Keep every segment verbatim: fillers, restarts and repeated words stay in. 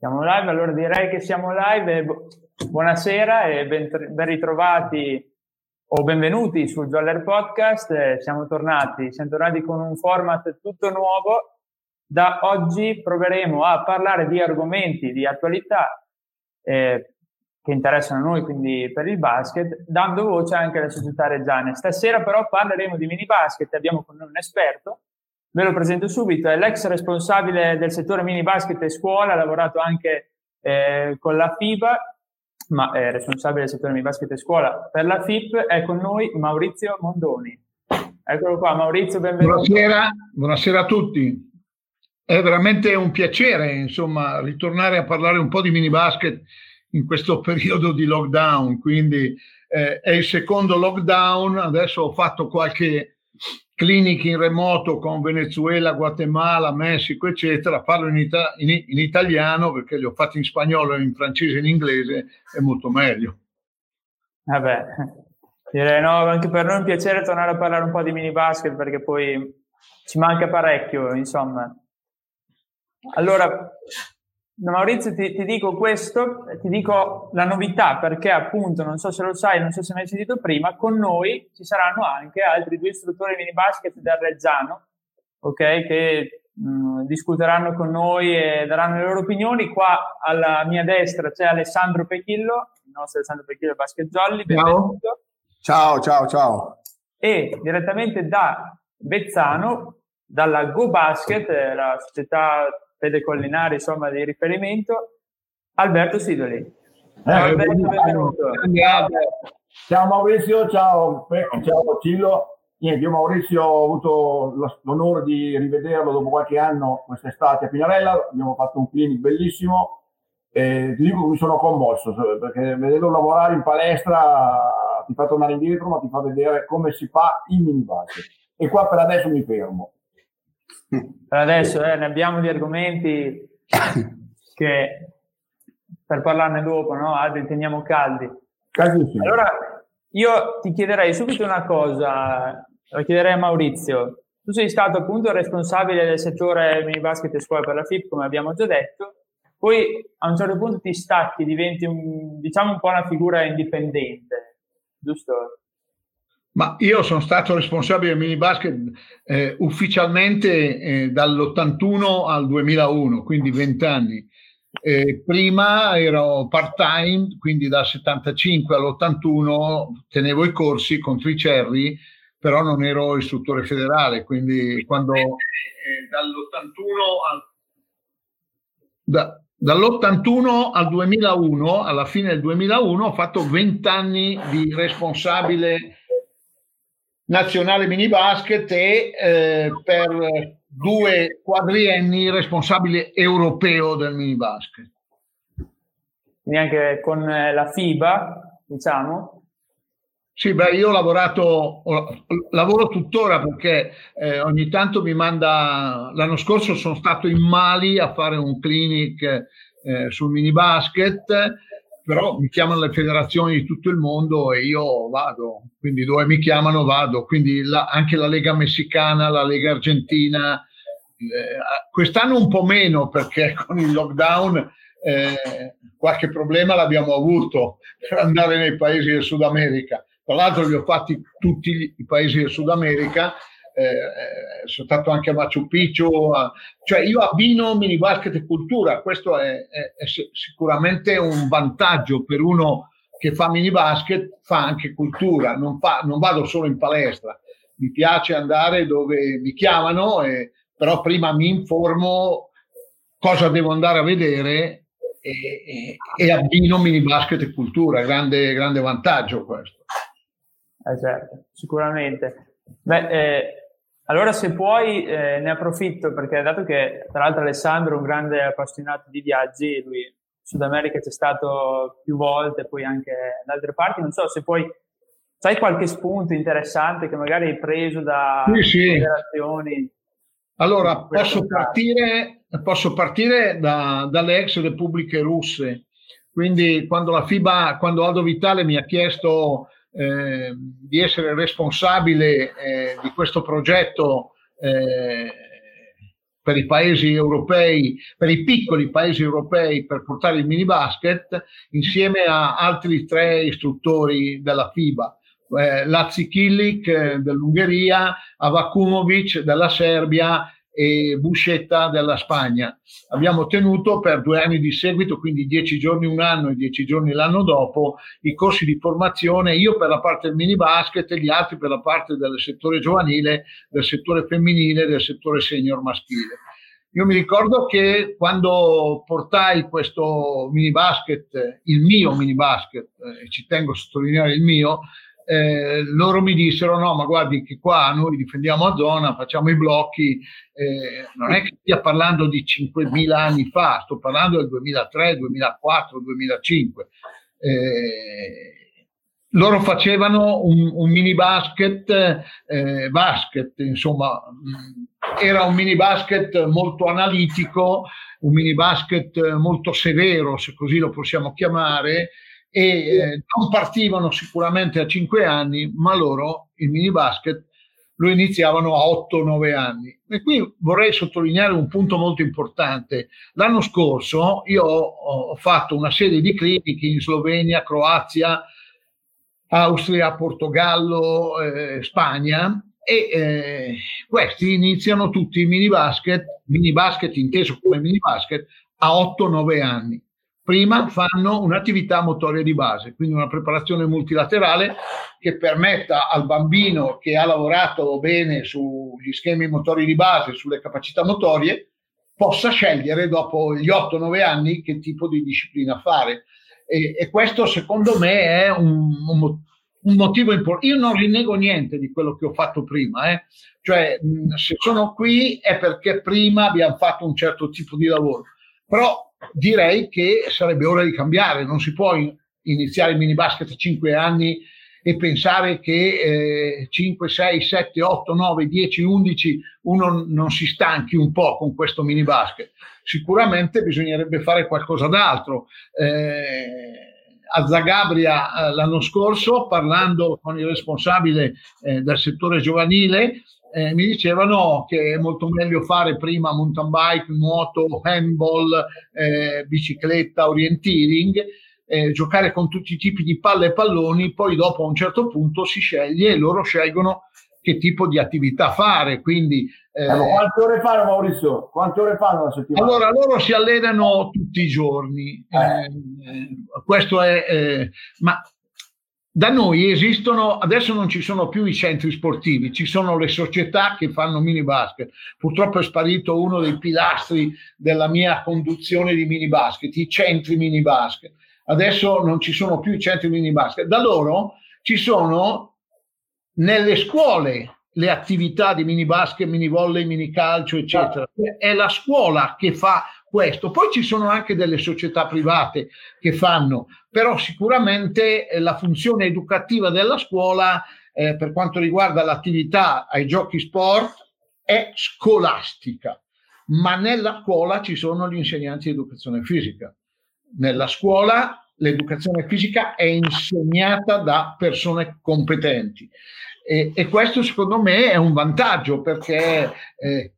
Siamo live, allora direi che siamo live. E bu- buonasera e ben, ben ritrovati o benvenuti sul Joller Podcast. Eh, siamo tornati, siamo tornati con un format tutto nuovo. Da oggi proveremo a parlare di argomenti di attualità eh, che interessano a noi, quindi per il basket, dando voce anche alle società reggiane. Stasera però parleremo di mini basket, abbiamo con noi un esperto. Ve lo presento subito, è l'ex responsabile del settore mini basket e scuola, ha lavorato anche eh, con la FIBA, ma è responsabile del settore mini basket e scuola per la F I P. È con noi Maurizio Mondoni. Eccolo qua, Maurizio, benvenuto. Buonasera, buonasera a tutti. È veramente un piacere, insomma, ritornare a parlare un po' di mini basket in questo periodo di lockdown, quindi eh, è il secondo lockdown. Adesso ho fatto qualche clinic in remoto con Venezuela, Guatemala, Messico, eccetera. Parlo in, ita- in, in italiano perché li ho fatti in spagnolo, in francese e in inglese, è molto meglio. Vabbè, direi no, anche per noi è un piacere tornare a parlare un po' di mini basket perché poi ci manca parecchio, insomma. Allora, Maurizio, ti, ti dico questo, ti dico la novità perché appunto, non so se lo sai, non so se mi hai sentito prima, con noi ci saranno anche altri due istruttori mini basket del Reggiano, ok, che mh, discuteranno con noi e daranno le loro opinioni. Qua alla mia destra c'è Alessandro Pechillo, il nostro Alessandro Pechillo Basket Jolly, benvenuto. Ciao, ciao, ciao. E direttamente da Bezzano, dalla Go Basket, la società Fede Collinari, insomma, di riferimento, Alberto Sidoli. Eh, Alberto, benvenuto. Ciao Maurizio, ciao, ciao Cillo. Niente, io Maurizio ho avuto l'onore di rivederlo dopo qualche anno quest'estate a Pinarella, abbiamo fatto un clinic bellissimo e ti dico che mi sono commosso perché vederlo lavorare in palestra ti fa tornare indietro, ma ti fa vedere come si fa il mini basket. E qua per adesso mi fermo. Per adesso eh, ne abbiamo di argomenti che per parlarne dopo, no? Altri teniamo caldi. Caldissimo. Allora io ti chiederei subito una cosa, lo chiederei a Maurizio. Tu sei stato appunto responsabile del settore mini basket e scuola per la F I P, come abbiamo già detto, poi a un certo punto ti stacchi, diventi un, diciamo un po' una figura indipendente, giusto? Ma io sono stato responsabile del mini basket eh, ufficialmente eh, dall'ottantuno al duemilauno, quindi vent'anni. Eh, prima ero part-time, quindi dal settantacinque all'ottantuno tenevo i corsi con Tricerri, però non ero istruttore federale, quindi quando eh, dall'ottantuno al da, dall'ottantuno al duemilauno, alla fine del duemilauno, ho fatto vent'anni di responsabile nazionale mini basket e eh, per due quadrienni responsabile europeo del mini basket. Quindi anche con la FIBA, diciamo? Sì, beh, io ho lavorato, ho, lavoro tuttora perché eh, ogni tanto mi manda, l'anno scorso sono stato in Mali a fare un clinic eh, sul mini basket, però mi chiamano le federazioni di tutto il mondo e io vado, quindi dove mi chiamano vado, quindi la, anche la Lega Messicana, la Lega Argentina, eh, quest'anno un po' meno perché con il lockdown eh, qualche problema l'abbiamo avuto per andare nei paesi del Sud America. Tra l'altro li ho fatti tutti i paesi del Sud America, eh, sono stato anche a Machu Picchu, a, cioè io abbino mini basket e cultura, questo è, è, è sicuramente un vantaggio per uno che fa mini basket, fa anche cultura, non, fa, non vado solo in palestra, mi piace andare dove mi chiamano, e, però prima mi informo cosa devo andare a vedere e, e, e abbino mini basket e cultura, grande, grande vantaggio questo. Eh certo, sicuramente. Beh, eh, allora se puoi eh, ne approfitto perché dato che tra l'altro Alessandro è un grande appassionato di viaggi, lui in Sud America c'è stato più volte, poi anche da altre parti, non so se poi sai qualche spunto interessante che magari hai preso da sì, sì. federazioni. Allora posso partire, posso partire da, dalle ex repubbliche russe, quindi quando la FIBA, quando Aldo Vitale mi ha chiesto Eh, di essere responsabile eh, di questo progetto eh, per i paesi europei, per i piccoli paesi europei, per portare il mini basket insieme a altri tre istruttori della FIBA, eh, Laci Kilic eh, dell'Ungheria, Avakumovic della Serbia e Buscetta della Spagna. Abbiamo tenuto per due anni di seguito, quindi dieci giorni un anno e dieci giorni l'anno dopo, i corsi di formazione, io per la parte del mini basket e gli altri per la parte del settore giovanile, del settore femminile, del settore senior maschile. Io mi ricordo che quando portai questo mini basket, il mio mini basket, e eh, ci tengo a sottolineare il mio, Eh, loro mi dissero no, ma guardi che qua noi difendiamo a zona, facciamo i blocchi, eh, non è che stia parlando di cinquemila anni fa, sto parlando del duemilatré, duemilaquattro, duemilacinque. Eh, loro facevano un, un mini basket, eh, basket, insomma, era un mini basket molto analitico, un mini basket molto severo, se così lo possiamo chiamare, e eh, non partivano sicuramente a cinque anni, ma loro il mini basket lo iniziavano a otto nove anni. E qui vorrei sottolineare un punto molto importante. L'anno scorso io ho fatto una serie di cliniche in Slovenia, Croazia, Austria, Portogallo, eh, Spagna, e eh, questi iniziano tutti i mini basket, mini basket inteso come mini basket, a otto nove anni. Prima fanno un'attività motoria di base, quindi una preparazione multilaterale che permetta al bambino che ha lavorato bene sugli schemi motori di base, sulle capacità motorie, possa scegliere dopo gli otto nove anni che tipo di disciplina fare. E, e questo secondo me è un, un, un motivo importante. Io non rinnego niente di quello che ho fatto prima, eh. Cioè mh, se sono qui è perché prima abbiamo fatto un certo tipo di lavoro, però direi che sarebbe ora di cambiare. Non si può iniziare il mini basket a cinque anni e pensare che eh, cinque, sei, sette, otto, nove, dieci, undici uno non si stanchi un po' con questo mini basket. Sicuramente bisognerebbe fare qualcosa d'altro. Eh, a Zagabria eh, l'anno scorso, parlando con il responsabile eh, del settore giovanile, Eh, mi dicevano che è molto meglio fare prima mountain bike, nuoto, handball, eh, bicicletta, orienteering, eh, giocare con tutti i tipi di palle e palloni, poi dopo a un certo punto si sceglie e loro scelgono che tipo di attività fare. Quindi, eh, eh, quante ore fanno, Maurizio? Quante ore fanno la settimana? Allora, loro si allenano tutti i giorni. Eh. Eh, questo è, eh, ma da noi esistono, adesso non ci sono più i centri sportivi, ci sono le società che fanno mini basket. Purtroppo è sparito uno dei pilastri della mia conduzione di mini basket, i centri mini basket. Adesso non ci sono più i centri mini basket. Da loro ci sono nelle scuole le attività di mini basket, mini volley, mini calcio, eccetera. È la scuola che fa questo. Poi ci sono anche delle società private che fanno, però sicuramente eh, la funzione educativa della scuola eh, per quanto riguarda l'attività ai giochi sport è scolastica, ma nella scuola ci sono gli insegnanti di educazione fisica. Nella scuola l'educazione fisica è insegnata da persone competenti e, e questo secondo me è un vantaggio, perché eh,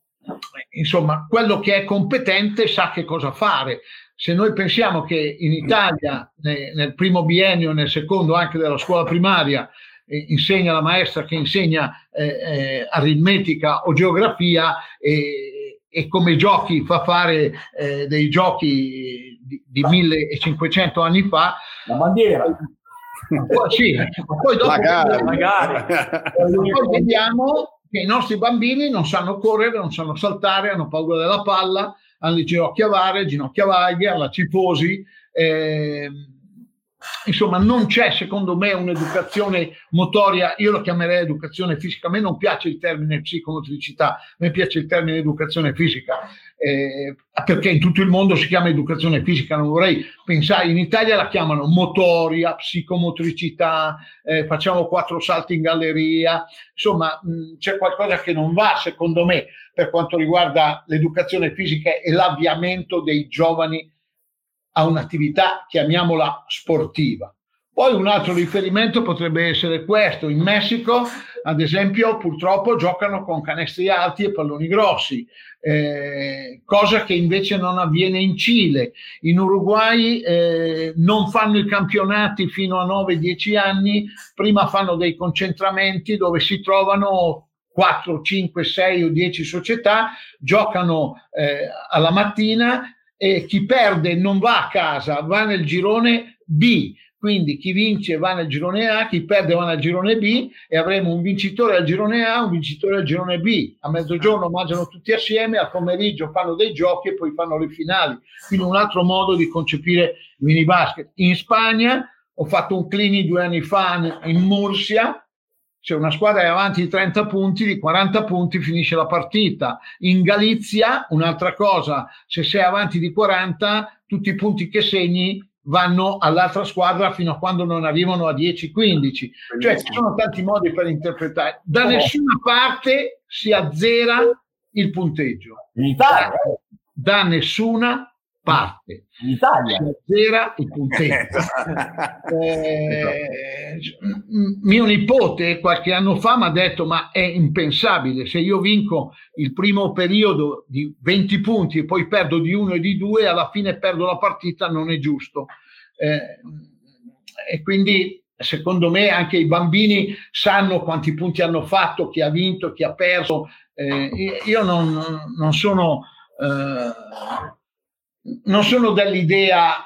insomma, quello che è competente sa che cosa fare. Se noi pensiamo che in Italia ne, nel primo biennio e nel secondo anche della scuola primaria eh, insegna la maestra che insegna eh, eh, aritmetica o geografia e, e come giochi fa fare eh, dei giochi di, di millecinquecento anni fa, la bandiera. Poi, sì, poi dopo magari, magari. Poi vediamo che i nostri bambini non sanno correre, non sanno saltare, hanno paura della palla, hanno le ginocchia varie, ginocchia vaghe, hanno la cifosi. Eh, insomma, non c'è secondo me un'educazione motoria. Io lo chiamerei educazione fisica. A me non piace il termine psicomotricità, a me piace il termine educazione fisica, eh, perché in tutto il mondo si chiama educazione fisica. Non vorrei pensare, in Italia la chiamano motoria, psicomotricità, eh, facciamo quattro salti in galleria. Insomma, mh, c'è qualcosa che non va secondo me per quanto riguarda l'educazione fisica e l'avviamento dei giovani a un'attività, chiamiamola sportiva. Poi un altro riferimento potrebbe essere questo: in Messico, ad esempio, purtroppo giocano con canestri alti e palloni grossi, eh, cosa che invece non avviene in Cile. In Uruguay eh, non fanno i campionati fino a nove dieci anni, prima fanno dei concentramenti dove si trovano quattro, cinque, sei o dieci società, giocano eh, alla mattina e chi perde non va a casa, va nel girone B. Quindi chi vince va nel girone A, chi perde va nel girone B e avremo un vincitore al girone A, un vincitore al girone B. A mezzogiorno mangiano tutti assieme, al pomeriggio fanno dei giochi e poi fanno le finali. Quindi un altro modo di concepire il mini basket. In Spagna ho fatto un clinic due anni fa in Murcia, se una squadra è avanti di trenta punti, di quaranta punti finisce la partita. In Galizia, un'altra cosa, se sei avanti di quaranta, tutti i punti che segni vanno all'altra squadra fino a quando non arrivano a dieci quindici. Cioè ci sono tanti modi per interpretare. Da nessuna parte si azzera il punteggio. In Italia? Da nessuna parte. In Italia? Si azzera il punteggio. eh, mio nipote qualche anno fa mi ha detto: ma è impensabile, se io vinco il primo periodo di venti punti e poi perdo di uno e di due, alla fine perdo la partita, non è giusto. Eh, e quindi secondo me anche i bambini sanno quanti punti hanno fatto, chi ha vinto, chi ha perso. Eh, io non, non sono eh, non sono dell'idea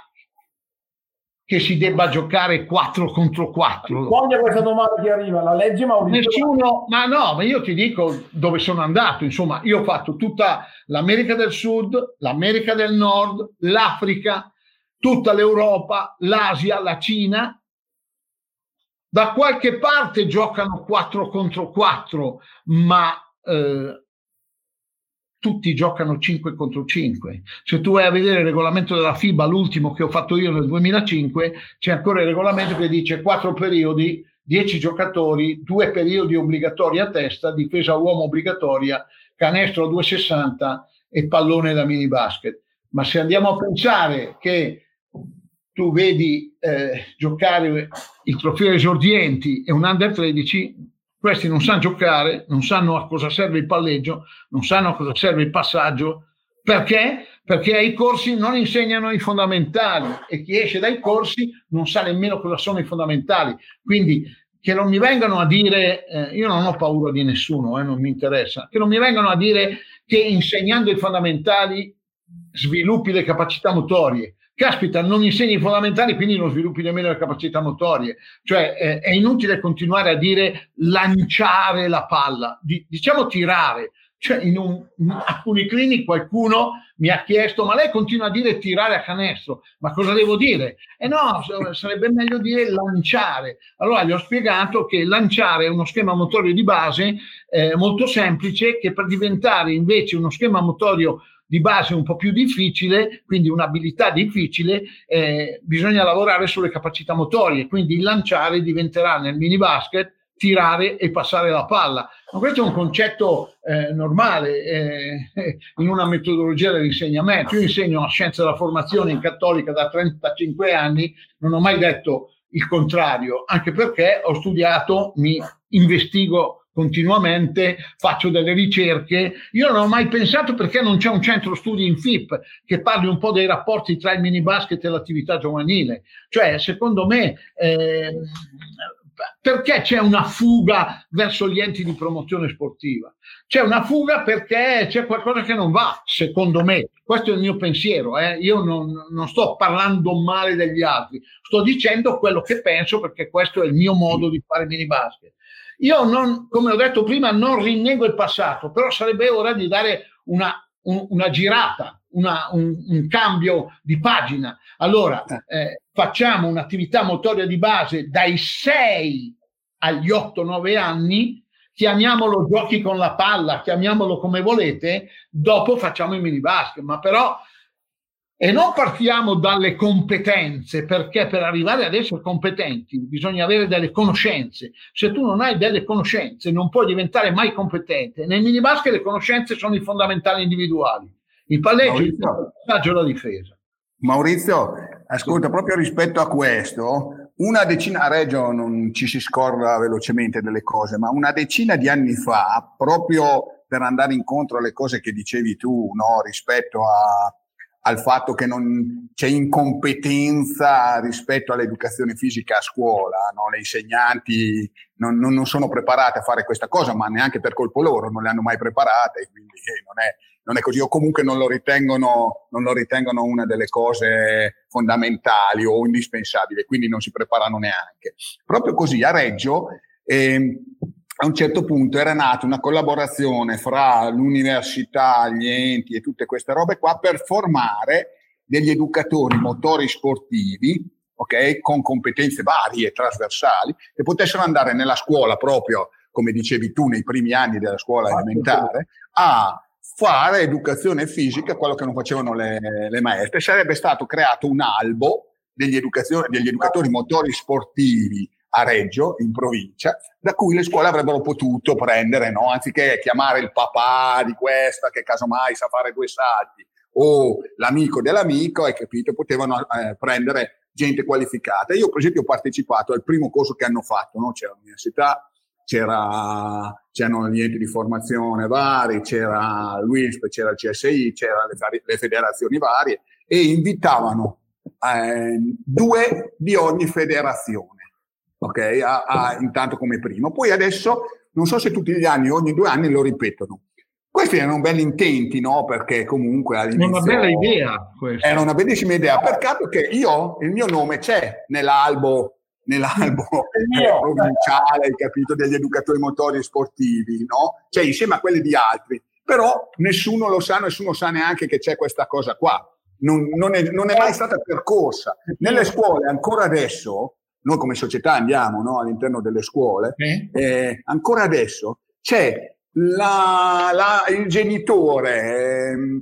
che si debba giocare quattro contro quattro. Rispondi a questa domanda che arriva, la legge Maurizio? Nessuno, ma no, ma io ti dico dove sono andato. Insomma, io ho fatto tutta l'America del Sud, l'America del Nord, l'Africa, tutta l'Europa, l'Asia, la Cina. Da qualche parte giocano quattro contro quattro, ma eh, tutti giocano cinque contro cinque. Se tu vai a vedere il regolamento della FIBA, l'ultimo che ho fatto io nel duemilacinque, c'è ancora il regolamento che dice quattro periodi, dieci giocatori, due periodi obbligatori a testa, difesa uomo obbligatoria, canestro a due sessanta e pallone da mini basket. Ma se andiamo a pensare che tu vedi eh, giocare il trofeo esordienti e un under tredici, questi non sanno giocare, non sanno a cosa serve il palleggio, non sanno a cosa serve il passaggio. Perché? Perché ai corsi non insegnano i fondamentali e chi esce dai corsi non sa nemmeno cosa sono i fondamentali. Quindi che non mi vengano a dire, eh, io non ho paura di nessuno, eh, non mi interessa, che non mi vengano a dire che insegnando i fondamentali sviluppi le capacità motorie. Caspita, non insegni i fondamentali, quindi non sviluppi nemmeno le capacità motorie. Cioè eh, è inutile continuare a dire lanciare la palla, di, diciamo tirare. Cioè in, un, in alcuni clinic qualcuno mi ha chiesto: ma lei continua a dire tirare a canestro, ma cosa devo dire? E eh no, sarebbe meglio dire lanciare. Allora gli ho spiegato che lanciare è uno schema motorio di base eh, molto semplice, che per diventare invece uno schema motorio di base un po' più difficile, quindi un'abilità difficile, eh, bisogna lavorare sulle capacità motorie, quindi il lanciare diventerà nel mini basket tirare e passare la palla. Ma questo è un concetto eh, normale eh, in una metodologia dell'insegnamento. Io insegno la scienza della formazione in Cattolica da trentacinque anni, non ho mai detto il contrario, anche perché ho studiato, mi investigo continuamente, faccio delle ricerche. Io non ho mai pensato perché non c'è un centro studi in F I P che parli un po' dei rapporti tra il mini basket e l'attività giovanile. Cioè, secondo me, eh, perché c'è una fuga verso gli enti di promozione sportiva? C'è una fuga perché c'è qualcosa che non va, secondo me. Questo è il mio pensiero. Eh. Io non, non sto parlando male degli altri, sto dicendo quello che penso, perché questo è il mio modo di fare mini basket. Io non, come ho detto prima, non rinnego il passato, però sarebbe ora di dare una, un, una girata, una, un, un cambio di pagina. Allora, eh, facciamo un'attività motoria di base dai sei agli otto nove anni, chiamiamolo giochi con la palla, chiamiamolo come volete, dopo facciamo il mini basket, ma però e non partiamo dalle competenze, perché per arrivare ad essere competenti bisogna avere delle conoscenze. Se tu non hai delle conoscenze non puoi diventare mai competente. Nel mini basket le conoscenze sono i fondamentali individuali, il palleggio, il passaggio e la difesa. Maurizio, ascolta, proprio rispetto a questo, una decina, a Reggio non ci si scorda velocemente delle cose, ma una decina di anni fa, proprio per andare incontro alle cose che dicevi tu, no, rispetto a, al fatto che non c'è incompetenza rispetto all'educazione fisica a scuola, no? Le insegnanti non, non, non sono preparate a fare questa cosa, ma neanche per colpo loro, non le hanno mai preparate, quindi eh, non è, non è così, o comunque non lo ritengono, non lo ritengono una delle cose fondamentali o indispensabili, quindi non si preparano neanche. Proprio così a Reggio eh, a un certo punto era nata una collaborazione fra l'università, gli enti e tutte queste robe qua per formare degli educatori motori sportivi, ok, con competenze varie, trasversali, che potessero andare nella scuola proprio, come dicevi tu, nei primi anni della scuola elementare, a fare educazione fisica, quello che non facevano le, le maestre. Sarebbe stato creato un albo degli, degli educatori motori sportivi a Reggio, in provincia, da cui le scuole avrebbero potuto prendere, no? Anziché chiamare il papà di questa che casomai sa fare due salti o l'amico dell'amico, hai capito, potevano eh, prendere gente qualificata. Io per esempio ho partecipato al primo corso che hanno fatto, no? C'era l'università, c'era, c'erano gli enti di formazione vari, c'era l'U I S P, c'era il C S I, c'erano le, le federazioni varie, e invitavano eh, due di ogni federazione. Ok, a, a, intanto come primo. Poi adesso, non so se tutti gli anni, ogni due anni lo ripetono. Questi erano belli intenti, no? Perché comunque all'inizio... Una bella idea questa. Era una bellissima idea. Peccato che io, il mio nome c'è nell'albo, nell'albo provinciale, hai capito, degli educatori motori sportivi, no? Cioè insieme a quelli di altri. Però nessuno lo sa, nessuno sa neanche che c'è questa cosa qua. Non, non, è, non è mai stata percorsa. Nelle scuole, ancora adesso... Noi come società andiamo, no, all'interno delle scuole, eh? Eh, ancora adesso c'è la, la, il genitore eh,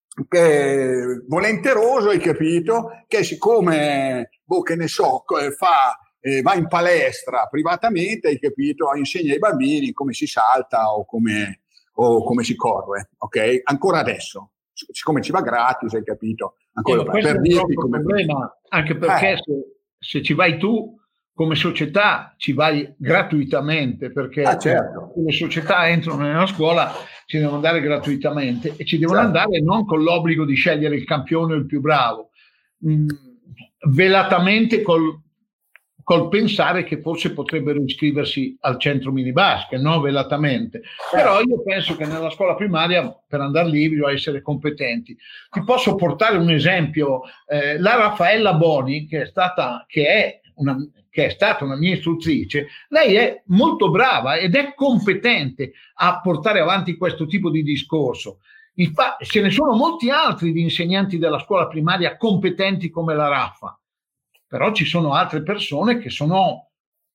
che volenteroso, hai capito, che siccome, boh, che ne so, fa, eh, va in palestra privatamente, hai capito, insegna ai bambini come si salta o come, o come si corre, ok? Ancora adesso, siccome ci va gratis, hai capito? Ancora eh, per dirti come problema, anche perché eh. se se ci vai tu come società ci vai gratuitamente, perché ah, certo. le società entrano nella scuola, ci devono andare gratuitamente e ci devono certo. andare non con l'obbligo di scegliere il campione o il più bravo, mh, velatamente col, col pensare che forse potrebbero iscriversi al centro mini basket, no velatamente. Certo. Però io penso che nella scuola primaria per andare lì bisogna essere competenti. Ti posso portare un esempio, eh, la Raffaella Boni, che è stata, che è una, che è stata una mia istruttrice, lei è molto brava ed è competente a portare avanti questo tipo di discorso. Infatti, ce ne sono molti altri di insegnanti della scuola primaria competenti come la Raffa. Però ci sono altre persone che sono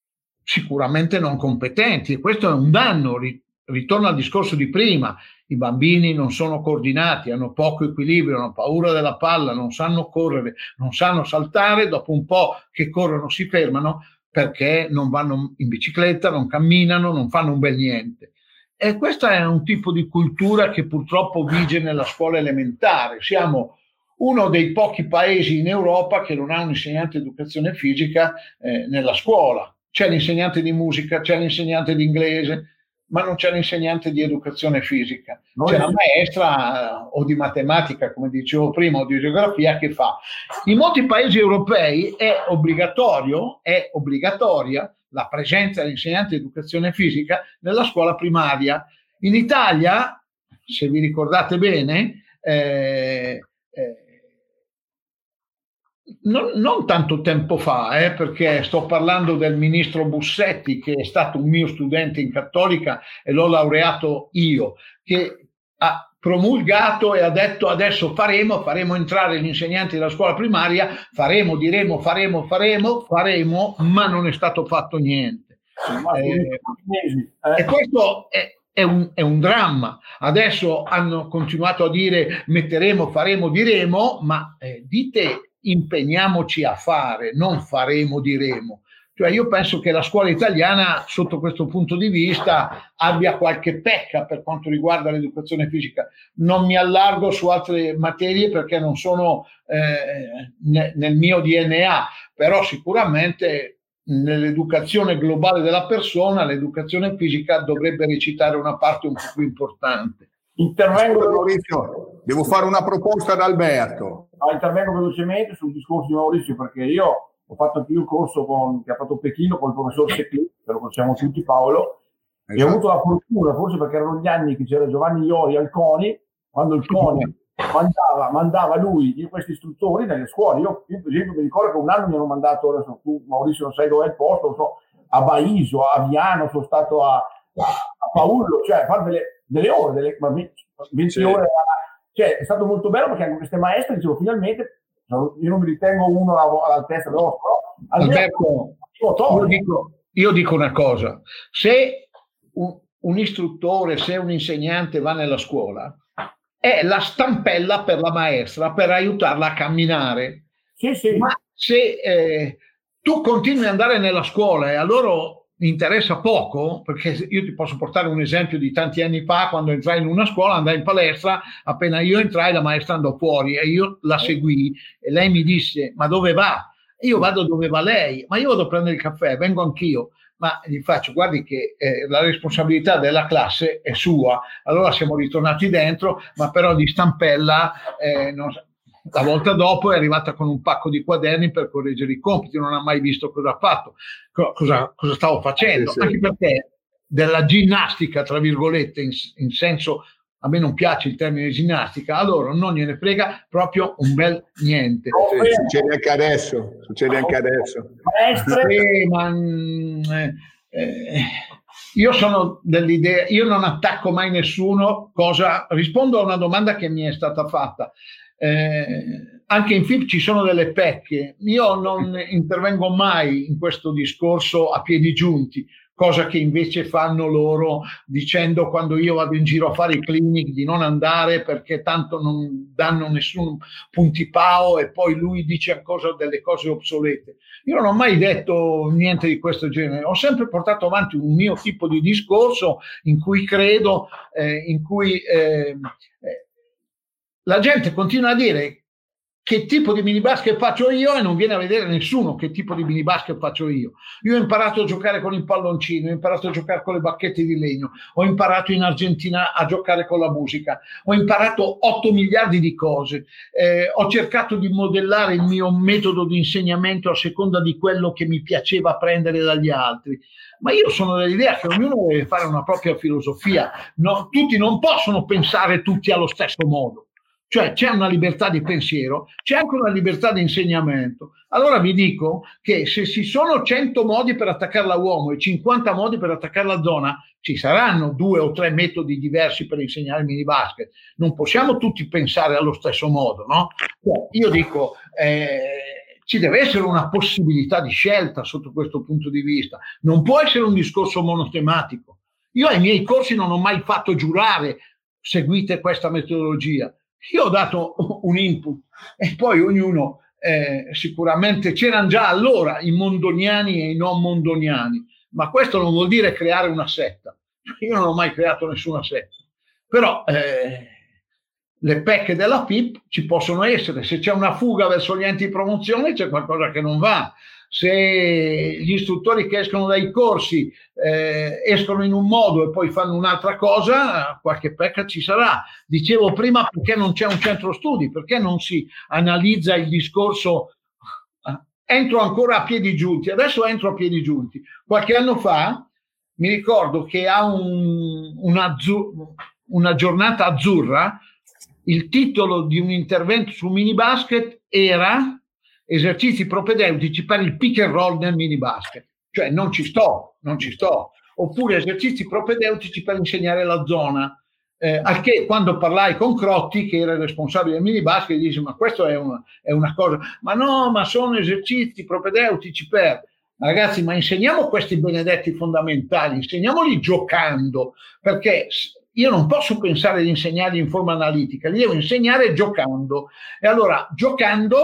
sicuramente non competenti e questo è un danno. Ritorno al discorso di prima, i bambini non sono coordinati, hanno poco equilibrio, hanno paura della palla, non sanno correre, non sanno saltare, dopo un po' che corrono si fermano perché non vanno in bicicletta, non camminano, non fanno un bel niente. E questo è un tipo di cultura che purtroppo vige nella scuola elementare. Siamo uno dei pochi paesi in Europa che non ha un insegnante di educazione fisica eh, nella scuola. C'è l'insegnante di musica, c'è l'insegnante di inglese, ma non c'è l'insegnante di educazione fisica. C'è la maestra o di matematica, come dicevo prima, o di geografia che fa. In molti paesi europei è obbligatorio, è obbligatoria la presenza dell'insegnante di educazione fisica nella scuola primaria. In Italia, se vi ricordate bene, eh, eh, Non, non tanto tempo fa, eh, perché sto parlando del ministro Bussetti, che è stato un mio studente in Cattolica e l'ho laureato io, che ha promulgato e ha detto adesso faremo, faremo entrare gli insegnanti della scuola primaria, faremo, diremo, faremo, faremo, faremo, ma non è stato fatto niente. Eh, e questo è, è, un, è un dramma. Adesso hanno continuato a dire metteremo, faremo, diremo, ma eh, dite impegniamoci a fare, non faremo, diremo. Cioè io penso che la scuola italiana sotto questo punto di vista abbia qualche pecca per quanto riguarda l'educazione fisica. Non mi allargo su altre materie perché non sono eh, ne, nel mio D N A, però sicuramente nell'educazione globale della persona l'educazione fisica dovrebbe recitare una parte un po' più importante. Intervengo, Maurizio, devo fare una proposta ad Alberto. No, intervengo velocemente sul discorso di Maurizio, perché io ho fatto anche io un corso con, che ha fatto Pechino con il professor Secchi, che lo conosciamo tutti, Paolo, esatto. E ho avuto la fortuna, forse perché erano gli anni che c'era Giovanni Iori al CONI, quando il CONI mandava, mandava lui questi istruttori nelle scuole. Io, io per esempio mi ricordo che un anno mi hanno mandato, adesso tu Maurizio non sai dove è il posto, non so, a Baiso, a Viano, sono stato a, a Paullo, cioè a fare delle, delle ore, delle, venti sì. ore, cioè è stato molto bello perché anche queste maestre dicevo finalmente. Io non mi ritengo uno all'altezza dello scuola. Alberto, io dico, io dico una cosa: se un, un istruttore, se un insegnante va nella scuola, è la stampella per la maestra per aiutarla a camminare. Sì, sì. Ma se eh, tu continui ad andare nella scuola e a loro interessa poco, perché io ti posso portare un esempio di tanti anni fa, quando entrai in una scuola, andai in palestra, appena io entrai la maestra andò fuori e io la seguì e lei mi disse: ma dove va? Io vado dove va lei, ma io vado a prendere il caffè, vengo anch'io. Ma gli faccio: guardi che eh, la responsabilità della classe è sua. Allora siamo ritornati dentro, ma però di stampella eh, non so. La volta dopo è arrivata con un pacco di quaderni per correggere i compiti, non ha mai visto cosa ha fatto, cosa, cosa stavo facendo, sì, sì. Anche perché della ginnastica, tra virgolette, in, in senso, a me non piace il termine ginnastica, allora non gliene frega proprio un bel niente. Sì, succede anche adesso, succede anche adesso. Eh, ma, eh, eh, io sono dell'idea, io non attacco mai nessuno, cosa, rispondo a una domanda che mi è stata fatta. Eh, anche in F I B ci sono delle pecche, io non intervengo mai in questo discorso a piedi giunti, cosa che invece fanno loro dicendo quando io vado in giro a fare i clinic di non andare perché tanto non danno nessun puntipao e poi lui dice ancora delle cose obsolete. Io non ho mai detto niente di questo genere, ho sempre portato avanti un mio tipo di discorso in cui credo, eh, in cui eh, eh, la gente continua a dire che tipo di mini basket faccio io e non viene a vedere nessuno che tipo di mini basket faccio io. Io ho imparato a giocare con il palloncino, ho imparato a giocare con le bacchette di legno, ho imparato in Argentina a giocare con la musica, ho imparato otto miliardi di cose, eh, ho cercato di modellare il mio metodo di insegnamento a seconda di quello che mi piaceva prendere dagli altri. Ma io sono dell'idea che ognuno deve fare una propria filosofia, no, tutti non possono pensare tutti allo stesso modo. Cioè c'è una libertà di pensiero, c'è anche una libertà di insegnamento. Allora vi dico che se ci sono cento modi per attaccare la uomo e cinquanta modi per attaccare la zona, ci saranno due o tre metodi diversi per insegnare il mini basket. Non possiamo tutti pensare allo stesso modo, no? Cioè, io dico, eh, ci deve essere una possibilità di scelta sotto questo punto di vista. Non può essere un discorso monotematico. Io ai miei corsi non ho mai fatto giurare seguite questa metodologia. Io ho dato un input e poi ognuno eh, sicuramente c'erano già allora i mondoniani e i non mondoniani, ma questo non vuol dire creare una setta. Io non ho mai creato nessuna setta, però eh, le pecche della F I P ci possono essere. Se c'è una fuga verso gli enti di promozione c'è qualcosa che non va. Se gli istruttori che escono dai corsi eh, escono in un modo e poi fanno un'altra cosa, qualche pecca ci sarà. Dicevo prima, perché non c'è un centro studi, perché non si analizza il discorso. Entro ancora a piedi giunti, adesso entro a piedi giunti. Qualche anno fa mi ricordo che a un, una, una giornata azzurra il titolo di un intervento sul mini basket era esercizi propedeutici per il pick and roll nel mini basket, cioè non ci sto, non ci sto, oppure esercizi propedeutici per insegnare la zona, eh, al che quando parlai con Crotti, che era il responsabile del mini basket, dice ma questo è una, è una cosa, ma no, ma sono esercizi propedeutici per, ma ragazzi, ma insegniamo questi benedetti fondamentali, insegniamoli giocando, perché io non posso pensare di insegnarli in forma analitica, li devo insegnare giocando, e allora giocando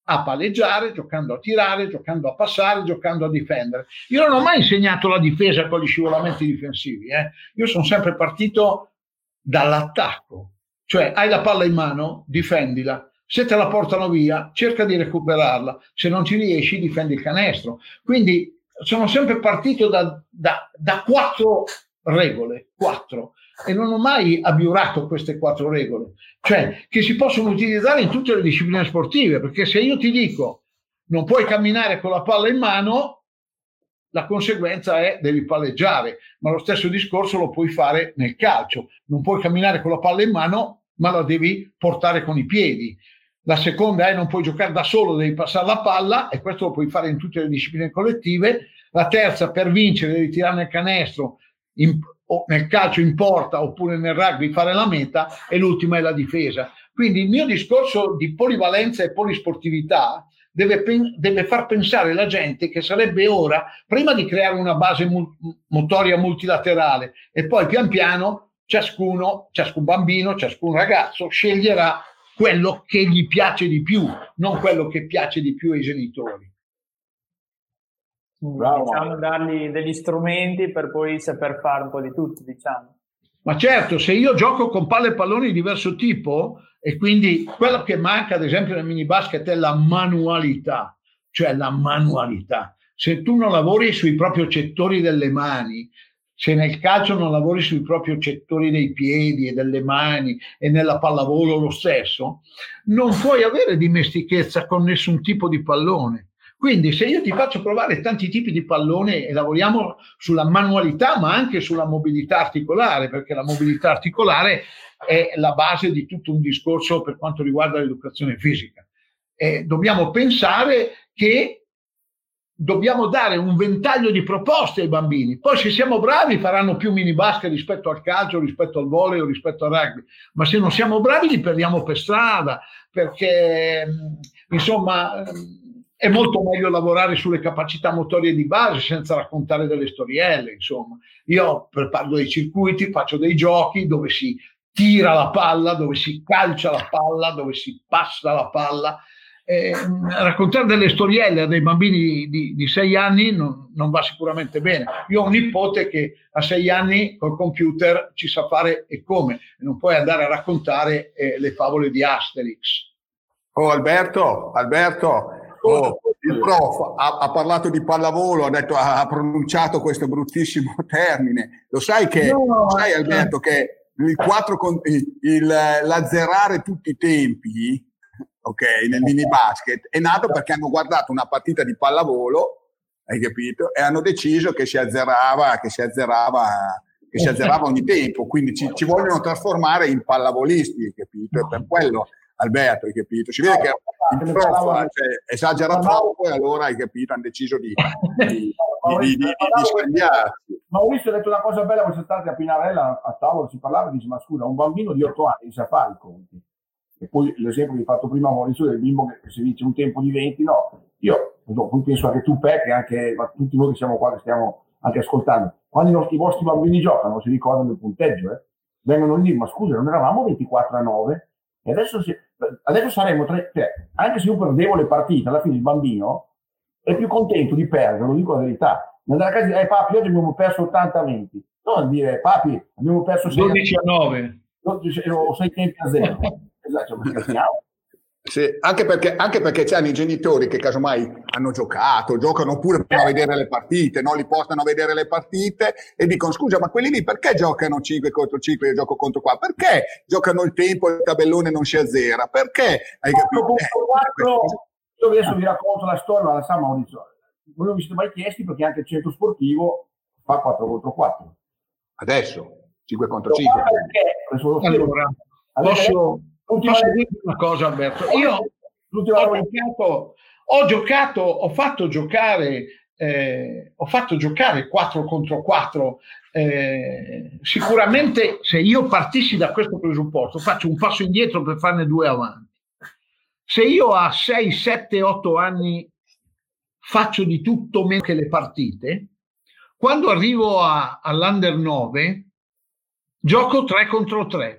a palleggiare, giocando a tirare, giocando a passare, giocando a difendere. Io non ho mai insegnato la difesa con gli scivolamenti difensivi, eh. Io sono sempre partito dall'attacco, cioè hai la palla in mano, difendila, se te la portano via cerca di recuperarla, se non ci riesci difendi il canestro. Quindi sono sempre partito da, da, da quattro regole, quattro, e non ho mai abiurato queste quattro regole, cioè che si possono utilizzare in tutte le discipline sportive, perché se io ti dico non puoi camminare con la palla in mano, la conseguenza è devi palleggiare, ma lo stesso discorso lo puoi fare nel calcio, non puoi camminare con la palla in mano, ma la devi portare con i piedi. La seconda è non puoi giocare da solo, devi passare la palla, e questo lo puoi fare in tutte le discipline collettive. La terza, per vincere devi tirare nel canestro, in, o nel calcio in porta, oppure nel rugby fare la meta, e l'ultima è la difesa. Quindi il mio discorso di polivalenza e polisportività deve, pen- deve far pensare la gente che sarebbe ora, prima di creare una base mu- motoria multilaterale, e poi pian piano ciascuno, ciascun bambino, ciascun ragazzo sceglierà quello che gli piace di più, non quello che piace di più ai genitori. Bravo. Diciamo, dargli degli strumenti per poi saper fare un po' di tutto, diciamo. Ma certo, se io gioco con palle e palloni di diverso tipo, e quindi quello che manca ad esempio nel mini basket è la manualità, cioè la manualità. Se tu non lavori sui propri accettori delle mani, se nel calcio non lavori sui propri accettori dei piedi e delle mani, e nella pallavolo lo stesso, non puoi avere dimestichezza con nessun tipo di pallone. Quindi se io ti faccio provare tanti tipi di pallone e lavoriamo sulla manualità, ma anche sulla mobilità articolare, perché la mobilità articolare è la base di tutto un discorso per quanto riguarda l'educazione fisica. E dobbiamo pensare che dobbiamo dare un ventaglio di proposte ai bambini. Poi se siamo bravi faranno più mini basket rispetto al calcio, rispetto al volley o rispetto al rugby, ma se non siamo bravi li perdiamo per strada, perché insomma è molto meglio lavorare sulle capacità motorie di base senza raccontare delle storielle. Insomma, io preparo dei circuiti, faccio dei giochi dove si tira la palla, dove si calcia la palla, dove si passa la palla. Eh, raccontare delle storielle a dei bambini di, di sei anni non, non va sicuramente bene. Io ho un nipote che a sei anni col computer ci sa fare e come, e non puoi andare a raccontare eh, le favole di Asterix. Oh Alberto, Alberto, oh, il prof ha, ha parlato di pallavolo, ha, detto, ha pronunciato questo bruttissimo termine. Lo sai che, no, sai Alberto, che il quattro con, il, il, l'azzerare tutti i tempi, ok, nel mini basket è nato perché hanno guardato una partita di pallavolo, hai capito? E hanno deciso che si azzerava, che si azzerava, che si azzerava ogni tempo, quindi ci, ci vogliono trasformare in pallavolisti, hai capito? E per quello, Alberto, hai capito? Si vede che il prof cioè, esagera troppo, e allora, hai capito, hanno deciso di, di, di, di, di, di scambiarsi. Maurizio ha detto una cosa bella, voi siete stati a Pinarella a tavolo, si parlava e dice: ma scusa, un bambino di otto anni sa fare i conti. E poi l'esempio che hai fatto prima, Maurizio, del bimbo che si dice un tempo di venti, no, io poi penso anche tu, Pe, che anche ma tutti noi che siamo qua, che stiamo anche ascoltando, quando i nostri, i vostri bambini giocano si ricordano il punteggio, eh? Vengono lì, ma scusa, non eravamo ventiquattro a nove? E adesso, si, adesso saremo tre, cioè, anche se io perdevo le partite, alla fine il bambino è più contento di perdere, lo dico la verità. Andare a casa e dire: eh, papi, oggi abbiamo perso ottanta a venti. Non dire: papi, abbiamo perso dodici a nove. O sei tempi a zero. Esatto, sì, anche perché, anche perché c'hanno i genitori che casomai hanno giocato, giocano pure per a vedere le partite, no? Li portano a vedere le partite e dicono: scusa, ma quelli lì perché giocano cinque contro cinque e io gioco contro qua? Perché giocano il tempo e il tabellone non si azzera? Perché? Hai capito? Io adesso vi racconto la storia, ma la sa Maurizio, voi non vi siete mai chiesti perché anche il centro sportivo fa quattro contro quattro. Adesso cinque contro cinque. Perché? Allora, posso... Posso dire una cosa, Alberto? Io ho giocato, ho giocato, ho fatto giocare, eh, ho fatto giocare quattro contro quattro. Eh, sicuramente, se io partissi da questo presupposto, faccio un passo indietro per farne due avanti. Se io a sei, sette, otto anni faccio di tutto meno che le partite, quando arrivo a, all'Under nove gioco tre contro tre.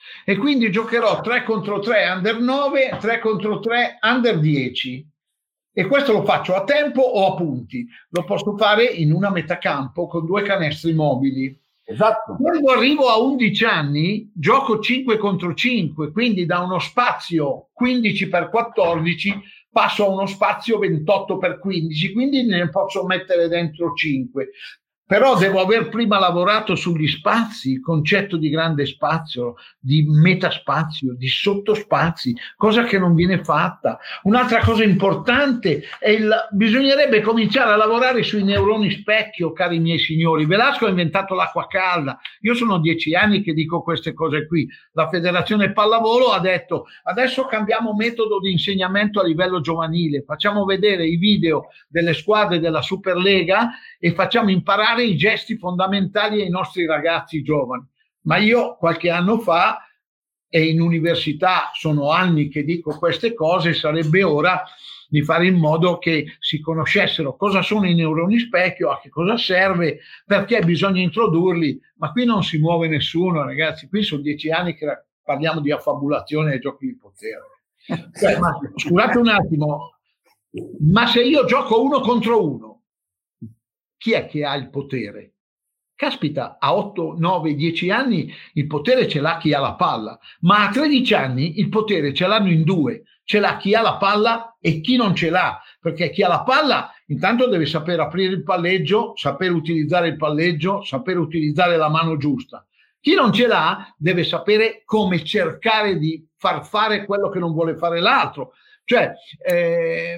e quindi giocherò tre contro tre under nove, tre contro tre under dieci, e questo lo faccio a tempo o a punti. Lo posso fare in una metacampo con due canestri mobili. Esatto. Quando arrivo a undici anni gioco cinque contro cinque, quindi da uno spazio quindici per quattordici passo a uno spazio ventotto per quindici, quindi ne posso mettere dentro cinque. Però devo aver prima lavorato sugli spazi, il concetto di grande spazio, di metaspazio, di sottospazi, cosa che non viene fatta. Un'altra cosa importante è il, bisognerebbe cominciare a lavorare sui neuroni specchio, cari miei signori. Velasco ha inventato l'acqua calda. Io sono dieci anni che dico queste cose qui. La Federazione Pallavolo ha detto: adesso cambiamo metodo di insegnamento a livello giovanile, facciamo vedere i video delle squadre della Superlega e facciamo imparare i gesti fondamentali ai nostri ragazzi giovani. Ma io qualche anno fa, e in università sono anni che dico queste cose, sarebbe ora di fare in modo che si conoscessero cosa sono i neuroni specchio, a che cosa serve, perché bisogna introdurli. Ma qui non si muove nessuno, ragazzi, qui sono dieci anni che parliamo di affabulazione e giochi di potere. Cioè, ma, scusate un attimo, ma se io gioco uno contro uno, chi è che ha il potere? Caspita, a otto, nove, dieci anni il potere ce l'ha chi ha la palla, ma a tredici anni il potere ce l'hanno in due, ce l'ha chi ha la palla e chi non ce l'ha, perché chi ha la palla intanto deve sapere aprire il palleggio, sapere utilizzare il palleggio, sapere utilizzare la mano giusta. Chi non ce l'ha deve sapere come cercare di far fare quello che non vuole fare l'altro. Cioè, eh,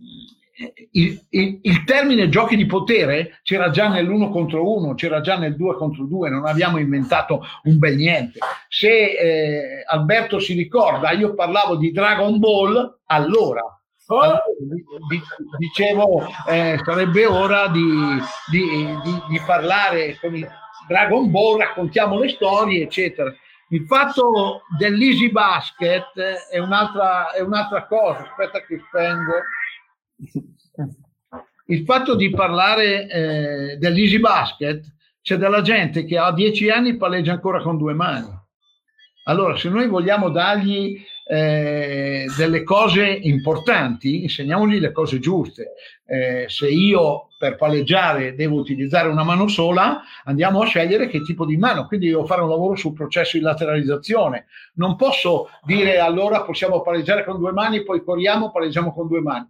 Il, il, il termine giochi di potere c'era già nell'uno contro uno, c'era già nel due contro due, non abbiamo inventato un bel niente. Se eh, Alberto si ricorda, io parlavo di Dragon Ball, allora, allora dicevo eh, sarebbe ora di, di, di, di parlare con il Dragon Ball, raccontiamo le storie, eccetera. Il fatto dell'easy basket è un'altra, è un'altra cosa. Aspetta che spengo. Il fatto di parlare eh, dell'easy basket, c'è della gente che a dieci anni palleggia ancora con due mani. Allora, se noi vogliamo dargli eh, delle cose importanti, insegniamogli le cose giuste. Eh, se io per palleggiare devo utilizzare una mano sola, andiamo a scegliere che tipo di mano, quindi devo fare un lavoro sul processo di lateralizzazione. Non posso dire allora possiamo palleggiare con due mani, poi corriamo, palleggiamo con due mani.